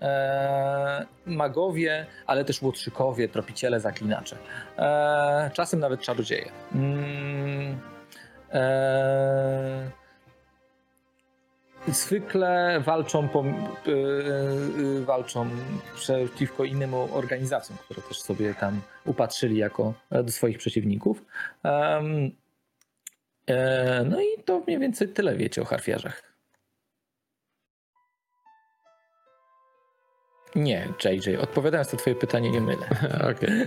Speaker 2: magowie, ale też łotrzykowie, tropiciele, zaklinacze. Czasem nawet czarodzieje. Zwykle walczą przeciwko innym organizacjom, które też sobie tam upatrzyli jako do swoich przeciwników. No i to mniej więcej tyle wiecie o harfiarzach. Nie, JJ, odpowiadając na twoje pytanie, nie mylę.
Speaker 7: Okej.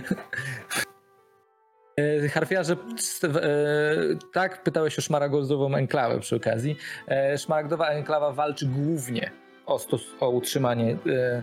Speaker 2: Harfiarze, tak, pytałeś o Szmaragdową Enklawę przy okazji. Szmaragdowa Enklawa walczy głównie o utrzymanie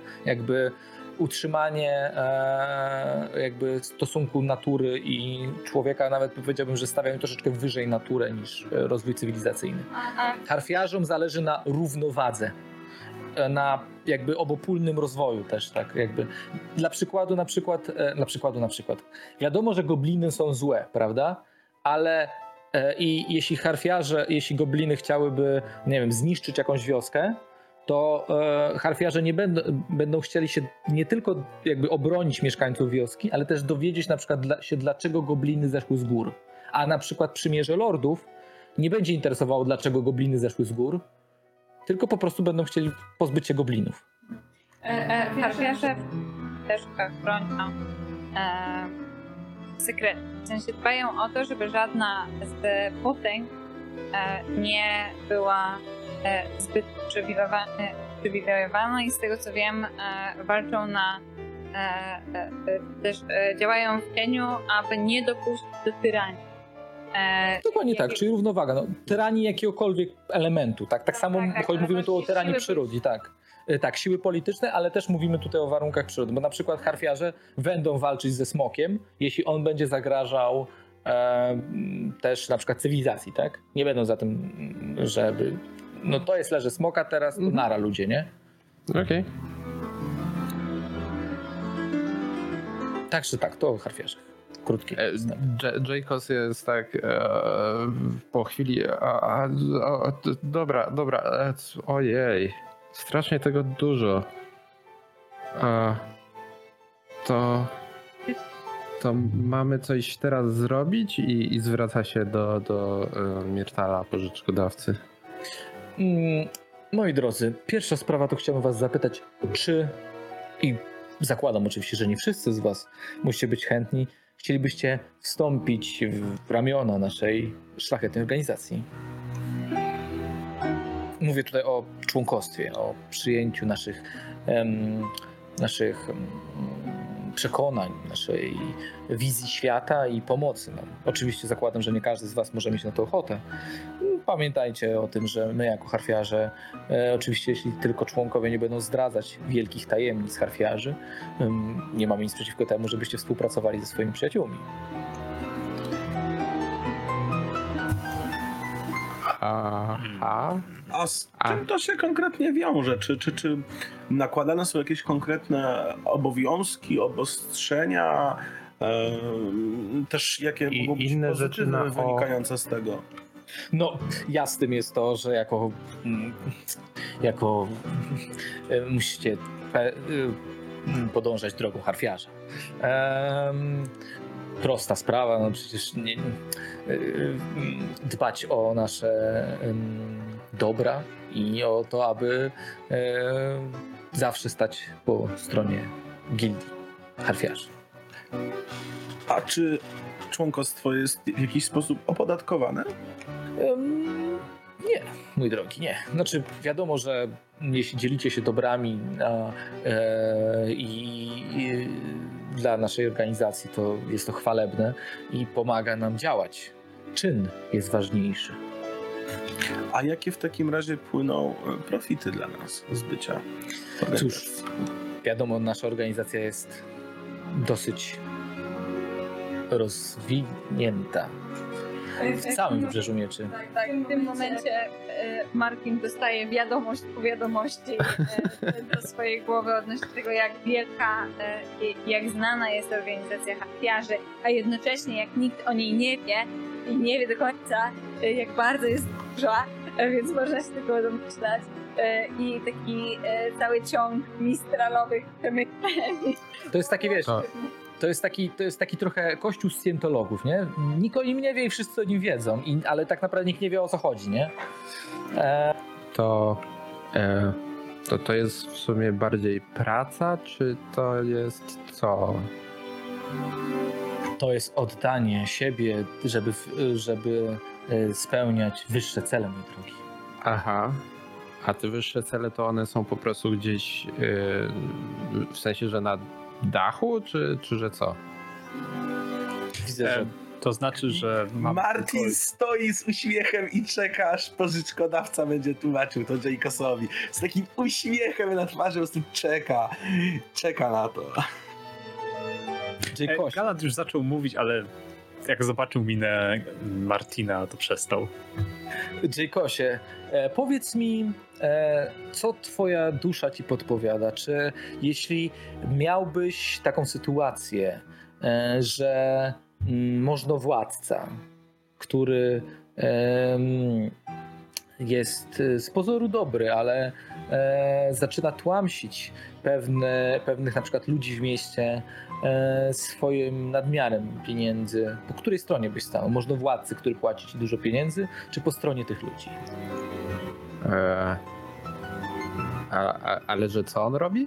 Speaker 2: jakby stosunku natury i człowieka, nawet powiedziałbym, że stawiają troszeczkę wyżej naturę niż rozwój cywilizacyjny. Harfiarzom zależy na równowadze, na jakby obopólnym rozwoju też, tak jakby. Na przykład. Wiadomo, że gobliny są złe, prawda? Ale i jeśli gobliny chciałyby, nie wiem, zniszczyć jakąś wioskę, to harfiarze nie będą chcieli się nie tylko jakby obronić mieszkańców wioski, ale też dowiedzieć na przykład dlaczego gobliny zeszły z gór. A na przykład Przymierze Lordów nie będzie interesowało, dlaczego gobliny zeszły z gór, tylko po prostu będą chcieli pozbyć się goblinów.
Speaker 3: Harfiarze też bronią sekretu. W sensie dbają o to, żeby żadna z potęg nie była zbyt przywilejowana i z tego co wiem walczą też działają w cieniu, aby nie dopuścić do tyranii.
Speaker 2: Dokładnie tak, czyli równowaga. No, tyranii jakiegokolwiek elementu, tak? Tak samo mówimy tu o tyranii przyrody, tak. Tak, siły polityczne, ale też mówimy tutaj o warunkach przyrody, bo na przykład harfiarze będą walczyć ze smokiem, jeśli on będzie zagrażał też na przykład cywilizacji, tak? Nie będą za tym, żeby... No to jest leże smoka teraz, to nara ludzie, nie?
Speaker 7: Okej.
Speaker 2: Także tak, to o harfiarzach. Krótkie.
Speaker 7: Jacobs jest tak po chwili, dobra, ojej, strasznie tego dużo. To mamy coś teraz zrobić i zwraca się do Myrtala, pożyczkodawcy.
Speaker 2: Moi drodzy, pierwsza sprawa to chciałbym was zapytać, czy, i zakładam oczywiście, że nie wszyscy z was musicie być chętni, chcielibyście wstąpić w ramiona naszej szlachetnej organizacji. Mówię tutaj o członkostwie, o przyjęciu naszych przekonań, naszej wizji świata i pomocy. No, oczywiście zakładam, że nie każdy z was może mieć na to ochotę. Pamiętajcie o tym, że my jako harfiarze, oczywiście jeśli tylko członkowie nie będą zdradzać wielkich tajemnic harfiarzy, nie mamy nic przeciwko temu, żebyście współpracowali ze swoimi przyjaciółmi.
Speaker 5: A z czym to się konkretnie wiąże? Czy nakładane są jakieś konkretne obowiązki, obostrzenia, też jakie mogą być
Speaker 7: inne rzeczy
Speaker 5: wynikające z tego?
Speaker 2: No, jasnym jest to, że jako musicie podążać drogą harfiarza. prosta sprawa, no przecież nie, dbać o nasze dobra i o to, aby zawsze stać po stronie gildii harfiarzy.
Speaker 5: A czy członkostwo jest w jakiś sposób opodatkowane?
Speaker 2: Nie, mój drogi, nie. Znaczy wiadomo, że jeśli dzielicie się dobrami i dla naszej organizacji, to jest to chwalebne i pomaga nam działać. Czyn jest ważniejszy.
Speaker 5: A jakie w takim razie płyną profity dla nas z bycia organizacją?
Speaker 2: Cóż, wiadomo, nasza organizacja jest dosyć rozwinięta w całym Wybrzeżu Mieczy.
Speaker 3: Tak, w tym momencie Martin dostaje wiadomość po wiadomości do swojej głowy odnośnie tego, jak wielka, jak znana jest organizacja harfiarzy, a jednocześnie jak nikt o niej nie wie i nie wie do końca, jak bardzo jest duża, więc można się tylko domyślać. I taki cały ciąg mistralowych przemyśleń.
Speaker 2: To jest takie, wiesz, to jest taki trochę kościół scjentologów, nie? Nikt o nim nie wie i wszyscy o nim wiedzą, ale tak naprawdę nikt nie wie, o co chodzi, nie?
Speaker 7: To jest w sumie bardziej praca, czy to jest co?
Speaker 2: To jest oddanie siebie, żeby spełniać wyższe cele, mój drogi.
Speaker 7: Aha. A te wyższe cele to one są po prostu gdzieś w sensie, że na dachu, czy że co?
Speaker 2: Widzę, że
Speaker 6: To znaczy, że
Speaker 5: Martin stoi z uśmiechem i czeka, aż pożyczkodawca będzie tłumaczył to Jacosowi. Z takim uśmiechem na twarzy po prostu czeka na to.
Speaker 6: Galant już zaczął mówić, ale jak zobaczył minę Martina, to przestał.
Speaker 2: Jacosie, powiedz mi, co twoja dusza ci podpowiada? Czy jeśli miałbyś taką sytuację, że możnowładca, który jest z pozoru dobry, ale zaczyna tłamsić pewnych na przykład ludzi w mieście swoim nadmiarem pieniędzy, po której stronie byś stał? Możnowładcy, który płaci ci dużo pieniędzy, czy po stronie tych ludzi?
Speaker 7: Ale że co on robi?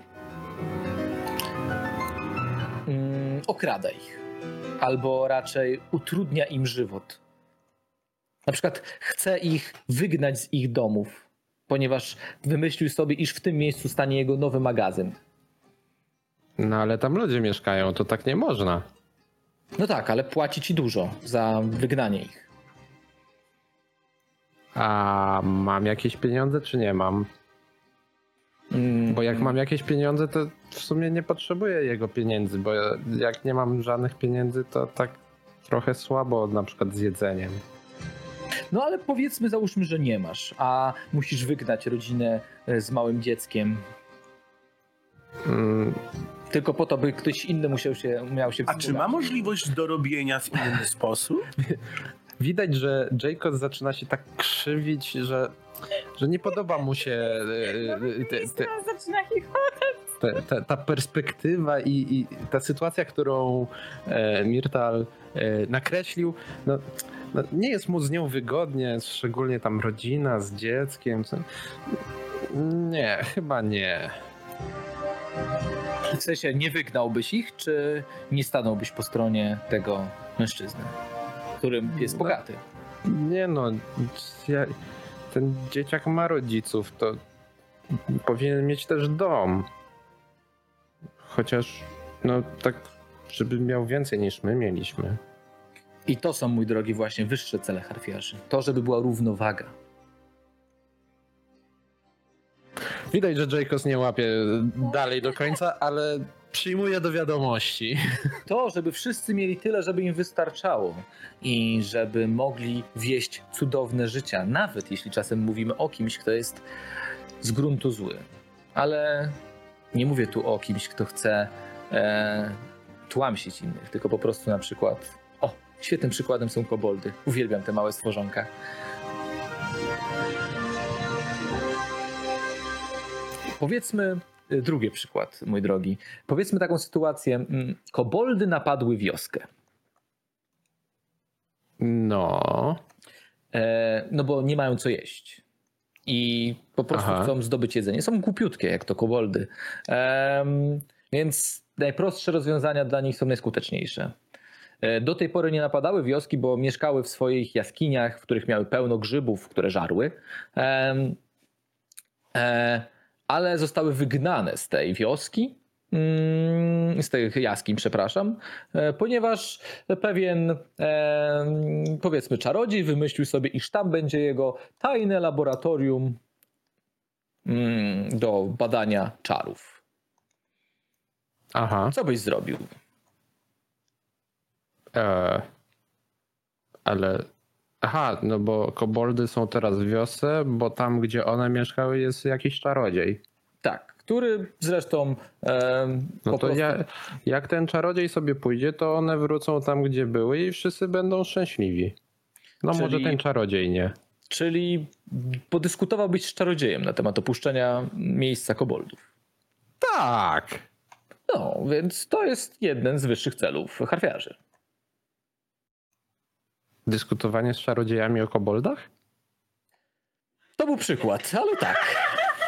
Speaker 2: Okrada ich. Albo raczej utrudnia im żywot. Na przykład chce ich wygnać z ich domów, ponieważ wymyślił sobie, iż w tym miejscu stanie jego nowy magazyn.
Speaker 7: No ale tam ludzie mieszkają, to tak nie można.
Speaker 2: No tak, ale płaci ci dużo za wygnanie ich.
Speaker 7: A mam jakieś pieniądze, czy nie mam? Bo jak mam jakieś pieniądze, to w sumie nie potrzebuję jego pieniędzy, bo jak nie mam żadnych pieniędzy, to tak trochę słabo na przykład z jedzeniem.
Speaker 2: No ale powiedzmy, załóżmy, że nie masz, a musisz wygnać rodzinę z małym dzieckiem. Tylko po to, by ktoś inny miał się
Speaker 5: A czy ma możliwość dorobienia w inny sposób?
Speaker 7: Widać, że Jacob zaczyna się tak krzywić, że nie podoba mu się
Speaker 3: Zaczyna chichotać.
Speaker 7: ta perspektywa i ta sytuacja, którą Myrtal nakreślił. No, nie jest mu z nią wygodnie, szczególnie tam rodzina z dzieckiem. Nie, chyba nie.
Speaker 2: W sensie, nie wygnałbyś ich, czy nie stanąłbyś po stronie tego mężczyzny, którym jest bogaty?
Speaker 7: Nie no, ten dzieciak ma rodziców, to powinien mieć też dom. Chociaż, no tak, żeby miał więcej niż my mieliśmy.
Speaker 2: I to są, mój drogi, właśnie wyższe cele harfiarzy. To, żeby była równowaga.
Speaker 7: Widać, że Jacob nie łapie dalej do końca, ale przyjmuje do wiadomości.
Speaker 2: To, żeby wszyscy mieli tyle, żeby im wystarczało i żeby mogli wieść cudowne życia, nawet jeśli czasem mówimy o kimś, kto jest z gruntu zły. Ale nie mówię tu o kimś, kto chce tłamsić innych, tylko po prostu na przykład... Świetnym przykładem są koboldy. Uwielbiam te małe stworzonka. Powiedzmy drugi przykład, mój drogi. Powiedzmy taką sytuację. Koboldy napadły wioskę.
Speaker 7: No.
Speaker 2: No bo nie mają co jeść. I po prostu chcą zdobyć jedzenie. Są głupiutkie, jak to koboldy. Więc najprostsze rozwiązania dla nich są najskuteczniejsze. Do tej pory nie napadały wioski, bo mieszkały w swoich jaskiniach, w których miały pełno grzybów, które żarły. Ale zostały wygnane z tej wioski, z tych jaskiń, przepraszam, ponieważ pewien, powiedzmy, czarodziej wymyślił sobie, iż tam będzie jego tajne laboratorium do badania czarów.
Speaker 7: Aha.
Speaker 2: Co byś zrobił?
Speaker 7: Ale... Aha, no bo koboldy są teraz w wiosce, bo tam, gdzie one mieszkały, jest jakiś czarodziej.
Speaker 2: Tak, który zresztą...
Speaker 7: No to jak ten czarodziej sobie pójdzie, to one wrócą tam, gdzie były i wszyscy będą szczęśliwi. No czyli, może ten czarodziej nie.
Speaker 2: Czyli podyskutowałbyś z czarodziejem na temat opuszczenia miejsca koboldów.
Speaker 7: Tak.
Speaker 2: No, więc to jest jeden z wyższych celów harfiarzy.
Speaker 7: Dyskutowanie z czarodziejami o koboldach?
Speaker 2: To był przykład, ale tak.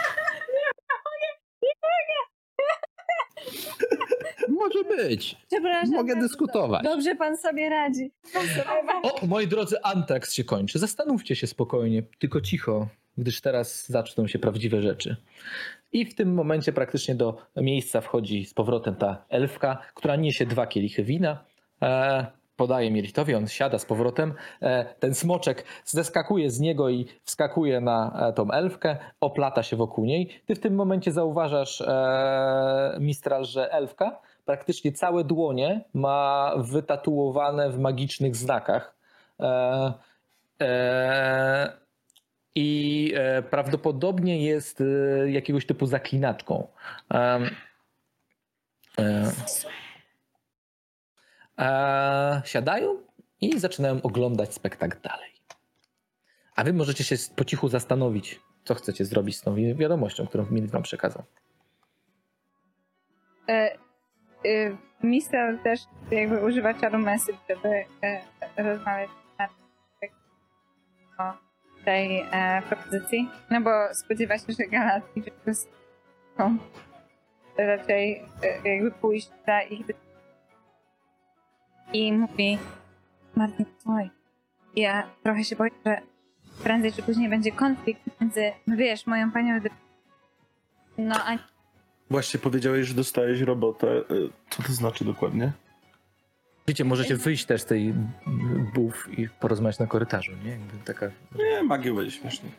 Speaker 7: Może być.
Speaker 3: Przepraszam.
Speaker 7: Mogę dyskutować.
Speaker 3: Dobrze pan sobie radzi.
Speaker 2: O, moi drodzy, Antrax się kończy. Zastanówcie się spokojnie, tylko cicho, gdyż teraz zaczną się prawdziwe rzeczy. I w tym momencie praktycznie do miejsca wchodzi z powrotem ta elfka, która niesie 2 kielichy wina. Podaje Miritowi, on siada z powrotem. Ten smoczek zeskakuje z niego i wskakuje na tą elfkę, oplata się wokół niej. Ty w tym momencie zauważasz, Mistral, że elfka praktycznie całe dłonie ma wytatuowane w magicznych znakach. I prawdopodobnie jest jakiegoś typu zaklinaczką. Siadają i zaczynają oglądać spektakl dalej. A wy możecie się po cichu zastanowić, co chcecie zrobić z tą wiadomością, którą Milit wam przekazał.
Speaker 3: Mister też jakby używa czaru message, żeby rozmawiać o tej propozycji. No bo spodziewa się, że Galadriel raczej jakby pójść za ich i mówi: Martin, słuchaj, ja trochę się boję, że prędzej czy później będzie konflikt między, wiesz, moją panią no a...
Speaker 5: Właśnie powiedziałeś, że dostałeś robotę. Co to znaczy dokładnie?
Speaker 2: Wiecie, możecie wyjść też z tej buf i porozmawiać na korytarzu, nie? Jakby taka...
Speaker 5: Nie, magię będzie śmiesznie.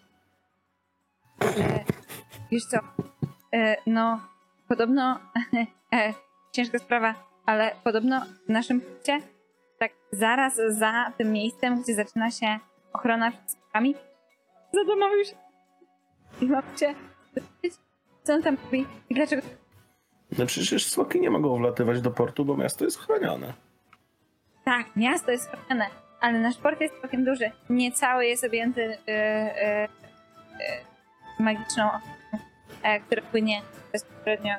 Speaker 3: Wiesz co, no podobno ciężka sprawa, ale podobno w naszym punkcie, tak zaraz za tym miejscem, gdzie zaczyna się ochrona przed smokami, zadomowił się i mam cię dowiedzieć, co on tam robi i dlaczego.
Speaker 5: No przecież smoki nie mogą wlatywać do portu, bo miasto jest chronione.
Speaker 3: Tak, miasto jest chronione, ale nasz port jest całkiem duży. Nie cały jest objęty magiczną ochroną, która płynie bezpośrednio.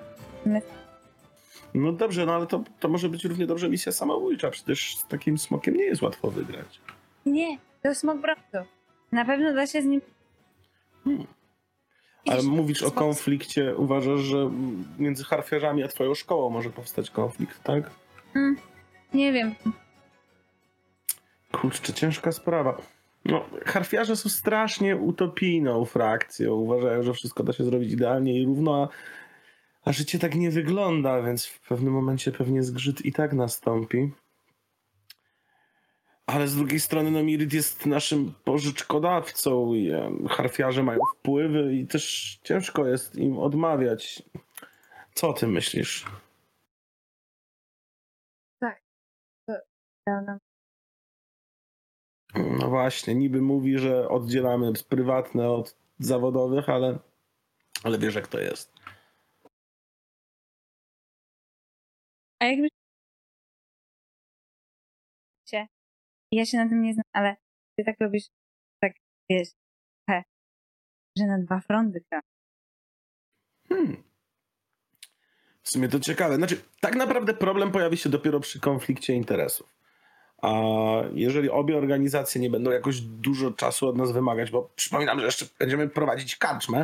Speaker 5: No dobrze, no ale to może być równie dobrze misja samobójcza. Przecież z takim smokiem nie jest łatwo wygrać.
Speaker 3: Nie, to smok brązu. Na pewno da się z nim...
Speaker 5: Ale mówisz o konflikcie, uważasz, że między harfiarzami a twoją szkołą może powstać konflikt, tak?
Speaker 3: Nie wiem.
Speaker 5: Kurczę, ciężka sprawa. No, harfiarze są strasznie utopijną frakcją. Uważają, że wszystko da się zrobić idealnie i równo, a życie tak nie wygląda, więc w pewnym momencie pewnie zgrzyt i tak nastąpi. Ale z drugiej strony, no, Mirit jest naszym pożyczkodawcą i harfiarze mają wpływy i też ciężko jest im odmawiać. Co ty myślisz?
Speaker 3: Tak.
Speaker 5: No właśnie, niby mówi, że oddzielamy prywatne od zawodowych, ale wiesz, jak to jest.
Speaker 3: A jakby... Ja się na tym nie znam, ale ty tak robisz, tak wiesz, że na 2 fronty gra.
Speaker 5: W sumie to ciekawe. Znaczy, tak naprawdę problem pojawi się dopiero przy konflikcie interesów. A jeżeli obie organizacje nie będą jakoś dużo czasu od nas wymagać, bo przypominam, że jeszcze będziemy prowadzić karczmę,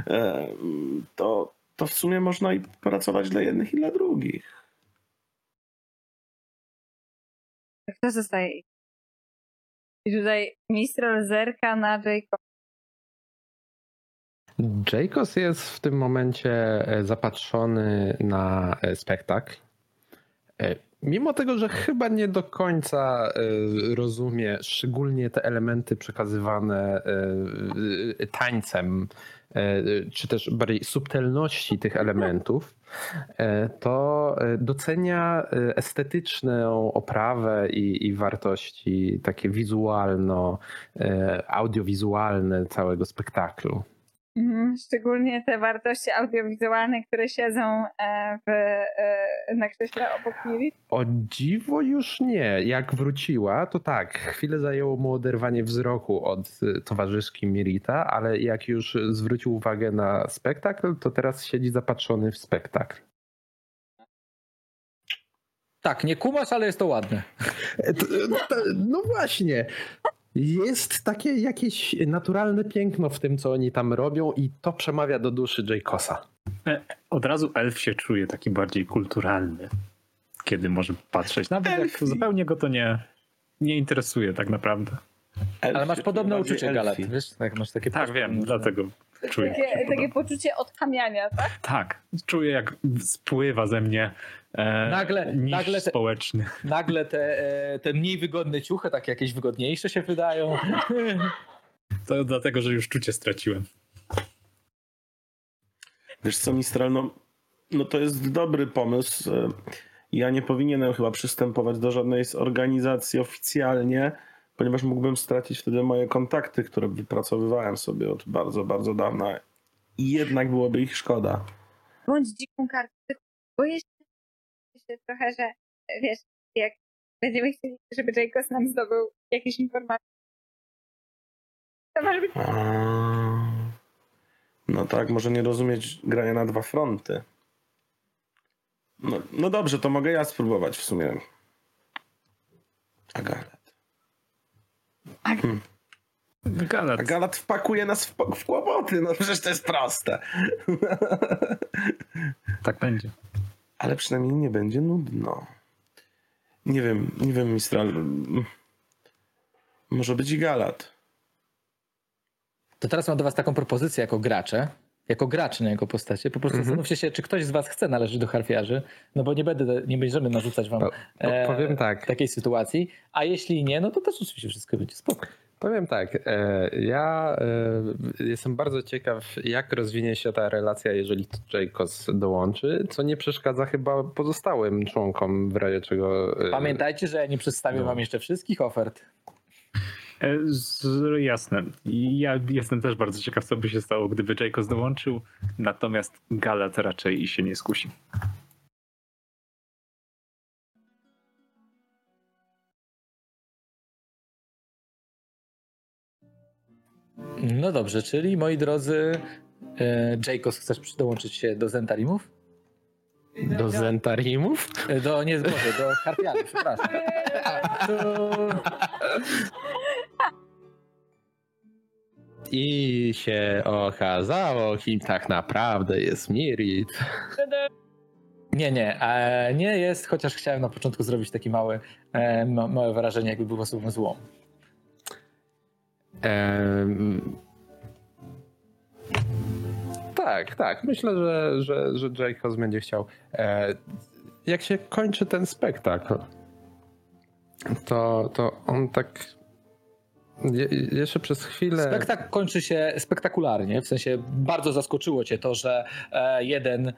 Speaker 5: to w sumie można i pracować dla jednych i dla drugich.
Speaker 3: Kto zostaje? I tutaj Mistral zerka na Jacob.
Speaker 7: Jacobs jest w tym momencie zapatrzony na spektakl. Mimo tego, że chyba nie do końca rozumie szczególnie te elementy przekazywane tańcem, czy też bardziej subtelności tych elementów, to docenia estetyczną oprawę i wartości takie audiowizualne całego spektaklu.
Speaker 3: Szczególnie te wartości audiowizualne, które siedzą na krześle obok Miri.
Speaker 7: O dziwo już nie. Jak wróciła, to tak, chwilę zajęło mu oderwanie wzroku od towarzyszki Mirita, ale jak już zwrócił uwagę na spektakl, to teraz siedzi zapatrzony w spektakl.
Speaker 2: Tak, nie kumasz, ale jest to ładne.
Speaker 7: No właśnie. Jest takie jakieś naturalne piękno w tym, co oni tam robią i to przemawia do duszy Jacobsa.
Speaker 6: Od razu elf się czuje taki bardziej kulturalny, kiedy może patrzeć. Nawet jak zupełnie go to nie interesuje tak naprawdę.
Speaker 2: Ale masz podobne uczucie, Galat, wiesz? Tak, masz takie
Speaker 6: Tak, wiem, dlatego czuję.
Speaker 3: Takie poczucie odchamiania, tak?
Speaker 6: Tak, czuję jak spływa ze mnie niż społeczny.
Speaker 2: Nagle te mniej wygodne ciuchy, tak jakieś wygodniejsze się wydają.
Speaker 6: To dlatego, że już czucie straciłem.
Speaker 5: Wiesz co, Mistral, no to jest dobry pomysł. Ja nie powinienem chyba przystępować do żadnej z organizacji oficjalnie, ponieważ mógłbym stracić wtedy moje kontakty, które wypracowywałem sobie od bardzo, bardzo dawna. I jednak byłoby ich szkoda.
Speaker 3: Bądź dziką kartą. Boję się trochę, że wiesz, jak będziemy chcieli, żeby Jacobs nam zdobył jakieś informacje, to może być...
Speaker 5: No tak, może nie rozumieć grania na dwa fronty. No dobrze, to mogę ja spróbować w sumie. Galat. Galat wpakuje nas w kłopoty, no przecież to jest proste.
Speaker 6: Tak będzie.
Speaker 5: Ale przynajmniej nie będzie nudno. Nie wiem, Mistral. Może być i Galat.
Speaker 2: To teraz mam do was taką propozycję jako gracze, nie jako postacie. Po prostu zastanówcie się, czy ktoś z was chce należeć do harfiarzy, no bo nie będziemy narzucać wam
Speaker 7: powiem tak.
Speaker 2: takiej sytuacji, a jeśli nie, no to też oczywiście wszystko będzie spoko.
Speaker 7: Powiem tak, ja jestem bardzo ciekaw, jak rozwinie się ta relacja, jeżeli Jacobs dołączy, co nie przeszkadza chyba pozostałym członkom, w razie czego...
Speaker 2: Pamiętajcie, że ja nie przedstawię wam jeszcze wszystkich ofert.
Speaker 6: Jasne. Ja jestem też bardzo ciekaw, co by się stało, gdyby Jacobs dołączył, natomiast Galat raczej się nie skusi.
Speaker 2: No dobrze, czyli moi drodzy, Jacobs, chcesz dołączyć się do Zentarimów?
Speaker 7: Do Zentarimów?
Speaker 2: Do harfiarzy, przepraszam.
Speaker 7: I się okazało, kim tak naprawdę jest Mirit.
Speaker 2: Nie jest, chociaż chciałem na początku zrobić takie małe wrażenie, jakby był osobą złą.
Speaker 7: Tak. Myślę, że Jacobs będzie chciał. Jak się kończy ten spektakl, to on tak jeszcze przez chwilę...
Speaker 2: Spektakl kończy się spektakularnie, w sensie bardzo zaskoczyło cię to, że jeden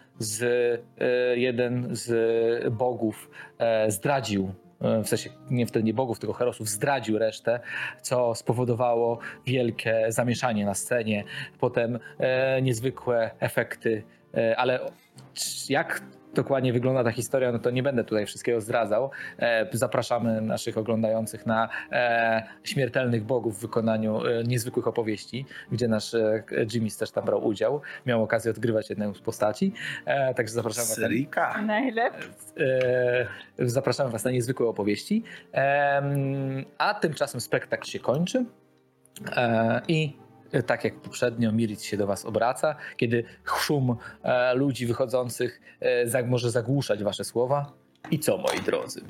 Speaker 2: z bogów zdradził, w sensie nie bogów, tylko herosów, zdradził resztę, co spowodowało wielkie zamieszanie na scenie. Potem niezwykłe efekty ale jak dokładnie wygląda ta historia, no to nie będę tutaj wszystkiego zdradzał. Zapraszamy naszych oglądających na Śmiertelnych Bogów w wykonaniu niezwykłych opowieści, gdzie nasz Jimmy's też tam brał udział. Miał okazję odgrywać jedną z postaci. Także zapraszamy was
Speaker 5: Syrika.
Speaker 3: Najlepiej.
Speaker 2: zapraszamy was na niezwykłe opowieści. A tymczasem spektakl się kończy i tak jak poprzednio, Mirit się do was obraca, kiedy szum ludzi wychodzących może zagłuszać wasze słowa. I co, moi drodzy?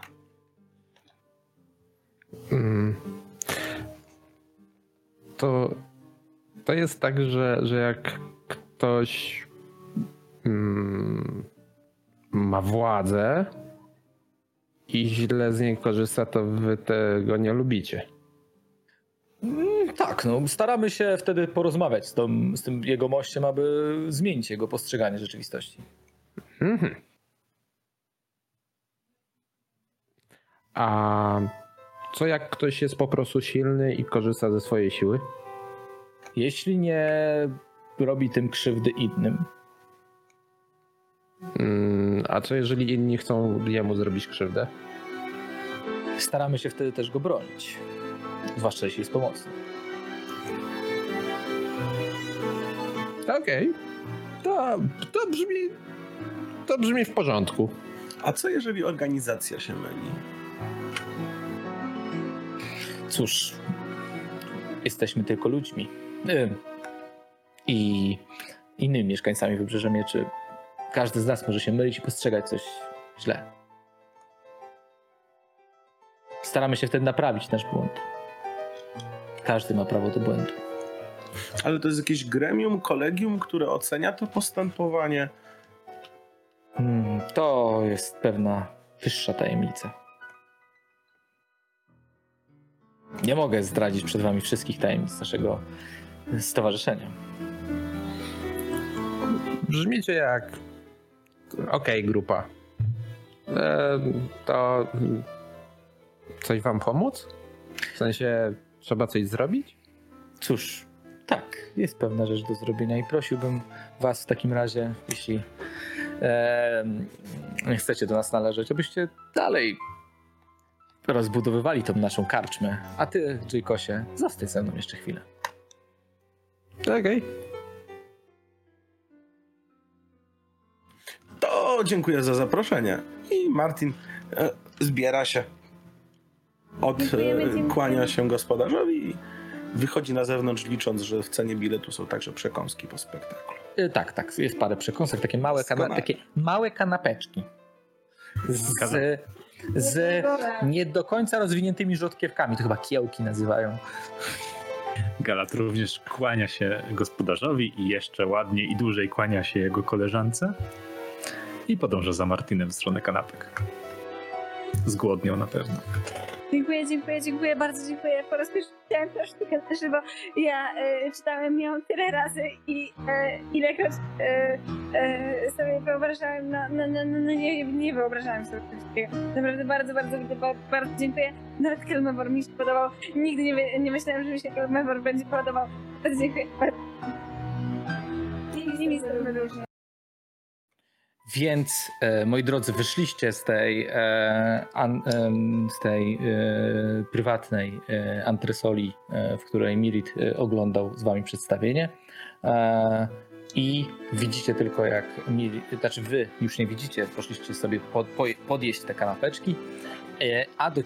Speaker 7: To jest tak, że jak ktoś ma władzę i źle z niej korzysta, to wy tego nie lubicie.
Speaker 2: Tak, no staramy się wtedy porozmawiać z tym jego mościem, aby zmienić jego postrzeganie rzeczywistości.
Speaker 7: Mhm. A co jak ktoś jest po prostu silny i korzysta ze swojej siły?
Speaker 2: Jeśli nie robi tym krzywdy innym,
Speaker 7: A co jeżeli inni chcą jemu zrobić krzywdę?
Speaker 2: staramy się wtedy też go bronić. Zwłaszcza jeśli jest pomocny.
Speaker 7: Okej. To brzmi w porządku.
Speaker 5: A co jeżeli organizacja się myli?
Speaker 2: Cóż, jesteśmy tylko ludźmi. I innymi mieszkańcami Wybrzeża Mieczy. Każdy z nas może się mylić i postrzegać coś źle. Staramy się wtedy naprawić nasz błąd. Każdy ma prawo do błędu.
Speaker 5: Ale to jest jakieś gremium, kolegium, które ocenia to postępowanie?
Speaker 2: To jest pewna wyższa tajemnica. Nie mogę zdradzić przed wami wszystkich tajemnic naszego stowarzyszenia.
Speaker 7: Brzmicie jak okej, grupa. To coś wam pomóc? W sensie trzeba coś zrobić?
Speaker 2: Cóż, tak, jest pewna rzecz do zrobienia i prosiłbym was w takim razie, jeśli chcecie do nas należeć, abyście dalej rozbudowywali tą naszą karczmę. A ty, Jaykosie, zostań ze mną jeszcze chwilę.
Speaker 7: Okej.
Speaker 5: To dziękuję za zaproszenie. I Martin zbiera się,
Speaker 3: Dziękujemy.
Speaker 5: kłania się gospodarzowi i wychodzi na zewnątrz, licząc, że w cenie biletu są także przekąski po spektaklu.
Speaker 2: Tak, jest parę przekąsek, takie małe kanapeczki. Z nie do końca rozwiniętymi rzodkiewkami, to chyba kiełki nazywają.
Speaker 6: Galat również kłania się gospodarzowi i jeszcze ładniej i dłużej kłania się jego koleżance i podąża za Martinem w stronę kanapek. Zgłodniał na pewno.
Speaker 3: Dziękuję, bardzo dziękuję. Po raz pierwszy czytałem tę sztukę też, bo ja czytałem ją tyle razy i ilekroć sobie wyobrażałem, nie wyobrażałem sobie wszystkiego. Naprawdę bardzo dziękuję. Nawet Kelmewor mi się podobał. Nigdy nie myślałem, że mi się Kelmewor będzie podobał. Bardzo dziękuję. Nie zrobimy różnie.
Speaker 2: Więc, moi drodzy, wyszliście z tej prywatnej antresoli, w której Mirit oglądał z wami przedstawienie. I widzicie tylko, jak wy już nie widzicie, poszliście sobie podjeść te kanapeczki, a do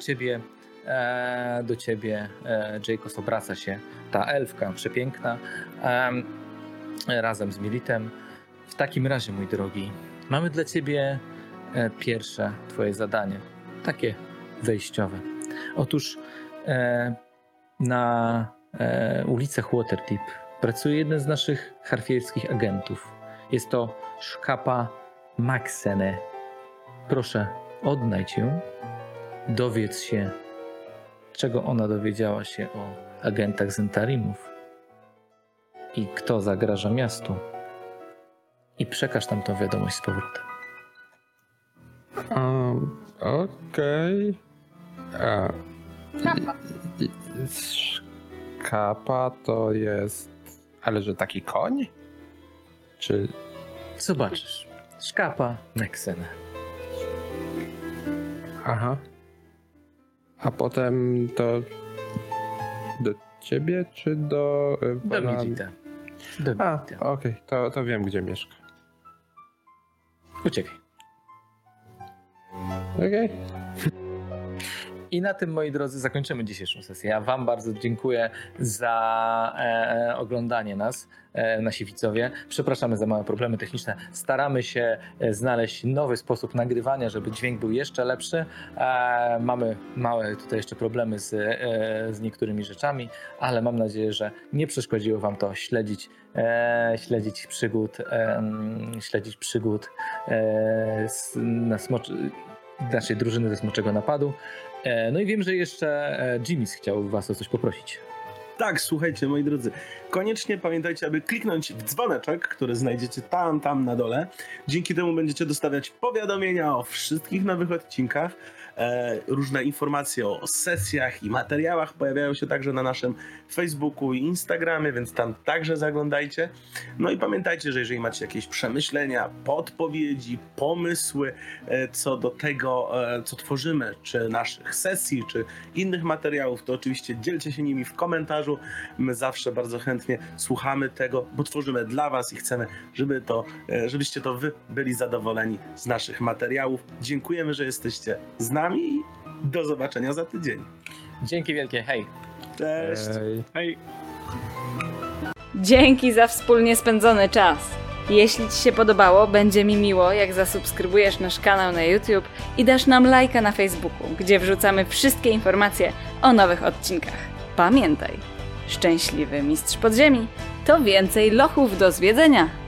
Speaker 2: ciebie Jaykos obraca się ta elfka przepiękna razem z Miritem. W takim razie, mój drogi, mamy dla ciebie pierwsze twoje zadanie, takie wejściowe. Otóż na ulicach Waterdeep pracuje jeden z naszych harfierskich agentów. Jest to Szkapa Maxene. Proszę, odnajdź ją, dowiedz się, czego ona dowiedziała się o agentach Zentarimów i kto zagraża miastu. I przekaż tam tą wiadomość z powrotem.
Speaker 7: Okej. Szkapa to jest... Ale że taki koń? Czy
Speaker 2: zobaczysz. Szkapa Nexen.
Speaker 7: Aha. A potem to do ciebie, czy do
Speaker 2: Do
Speaker 7: pana...
Speaker 2: Midita.
Speaker 7: A, okej, to wiem, gdzie mieszka.
Speaker 2: Uciekaj.
Speaker 7: Okej.
Speaker 2: I na tym, moi drodzy, zakończymy dzisiejszą sesję. Ja wam bardzo dziękuję za oglądanie nas, nasi widzowie. Przepraszamy za małe problemy techniczne. Staramy się znaleźć nowy sposób nagrywania, żeby dźwięk był jeszcze lepszy. Mamy małe tutaj jeszcze problemy z niektórymi rzeczami, ale mam nadzieję, że nie przeszkodziło wam to śledzić przygód naszej drużyny ze Smoczego Napadu. No i wiem, że jeszcze Jimmy's chciał was o coś poprosić.
Speaker 5: Tak, słuchajcie, moi drodzy, koniecznie pamiętajcie, aby kliknąć w dzwoneczek, który znajdziecie tam na dole. Dzięki temu będziecie dostawiać powiadomienia o wszystkich nowych odcinkach. Różne informacje o sesjach i materiałach pojawiają się także na naszym Facebooku i Instagramie, więc tam także zaglądajcie. No i pamiętajcie, że jeżeli macie jakieś przemyślenia, podpowiedzi, pomysły co do tego, co tworzymy, czy naszych sesji, czy innych materiałów, to oczywiście dzielcie się nimi w komentarzu. My zawsze bardzo chętnie słuchamy tego, bo tworzymy dla was i chcemy, żebyście to wy byli zadowoleni z naszych materiałów. Dziękujemy, że jesteście z nami i do zobaczenia za tydzień.
Speaker 2: Dzięki wielkie, hej!
Speaker 5: Cześć!
Speaker 6: Hej!
Speaker 1: Dzięki za wspólnie spędzony czas. Jeśli ci się podobało, będzie mi miło, jak zasubskrybujesz nasz kanał na YouTube i dasz nam lajka na Facebooku, gdzie wrzucamy wszystkie informacje o nowych odcinkach. Pamiętaj, szczęśliwy mistrz podziemi to więcej lochów do zwiedzenia.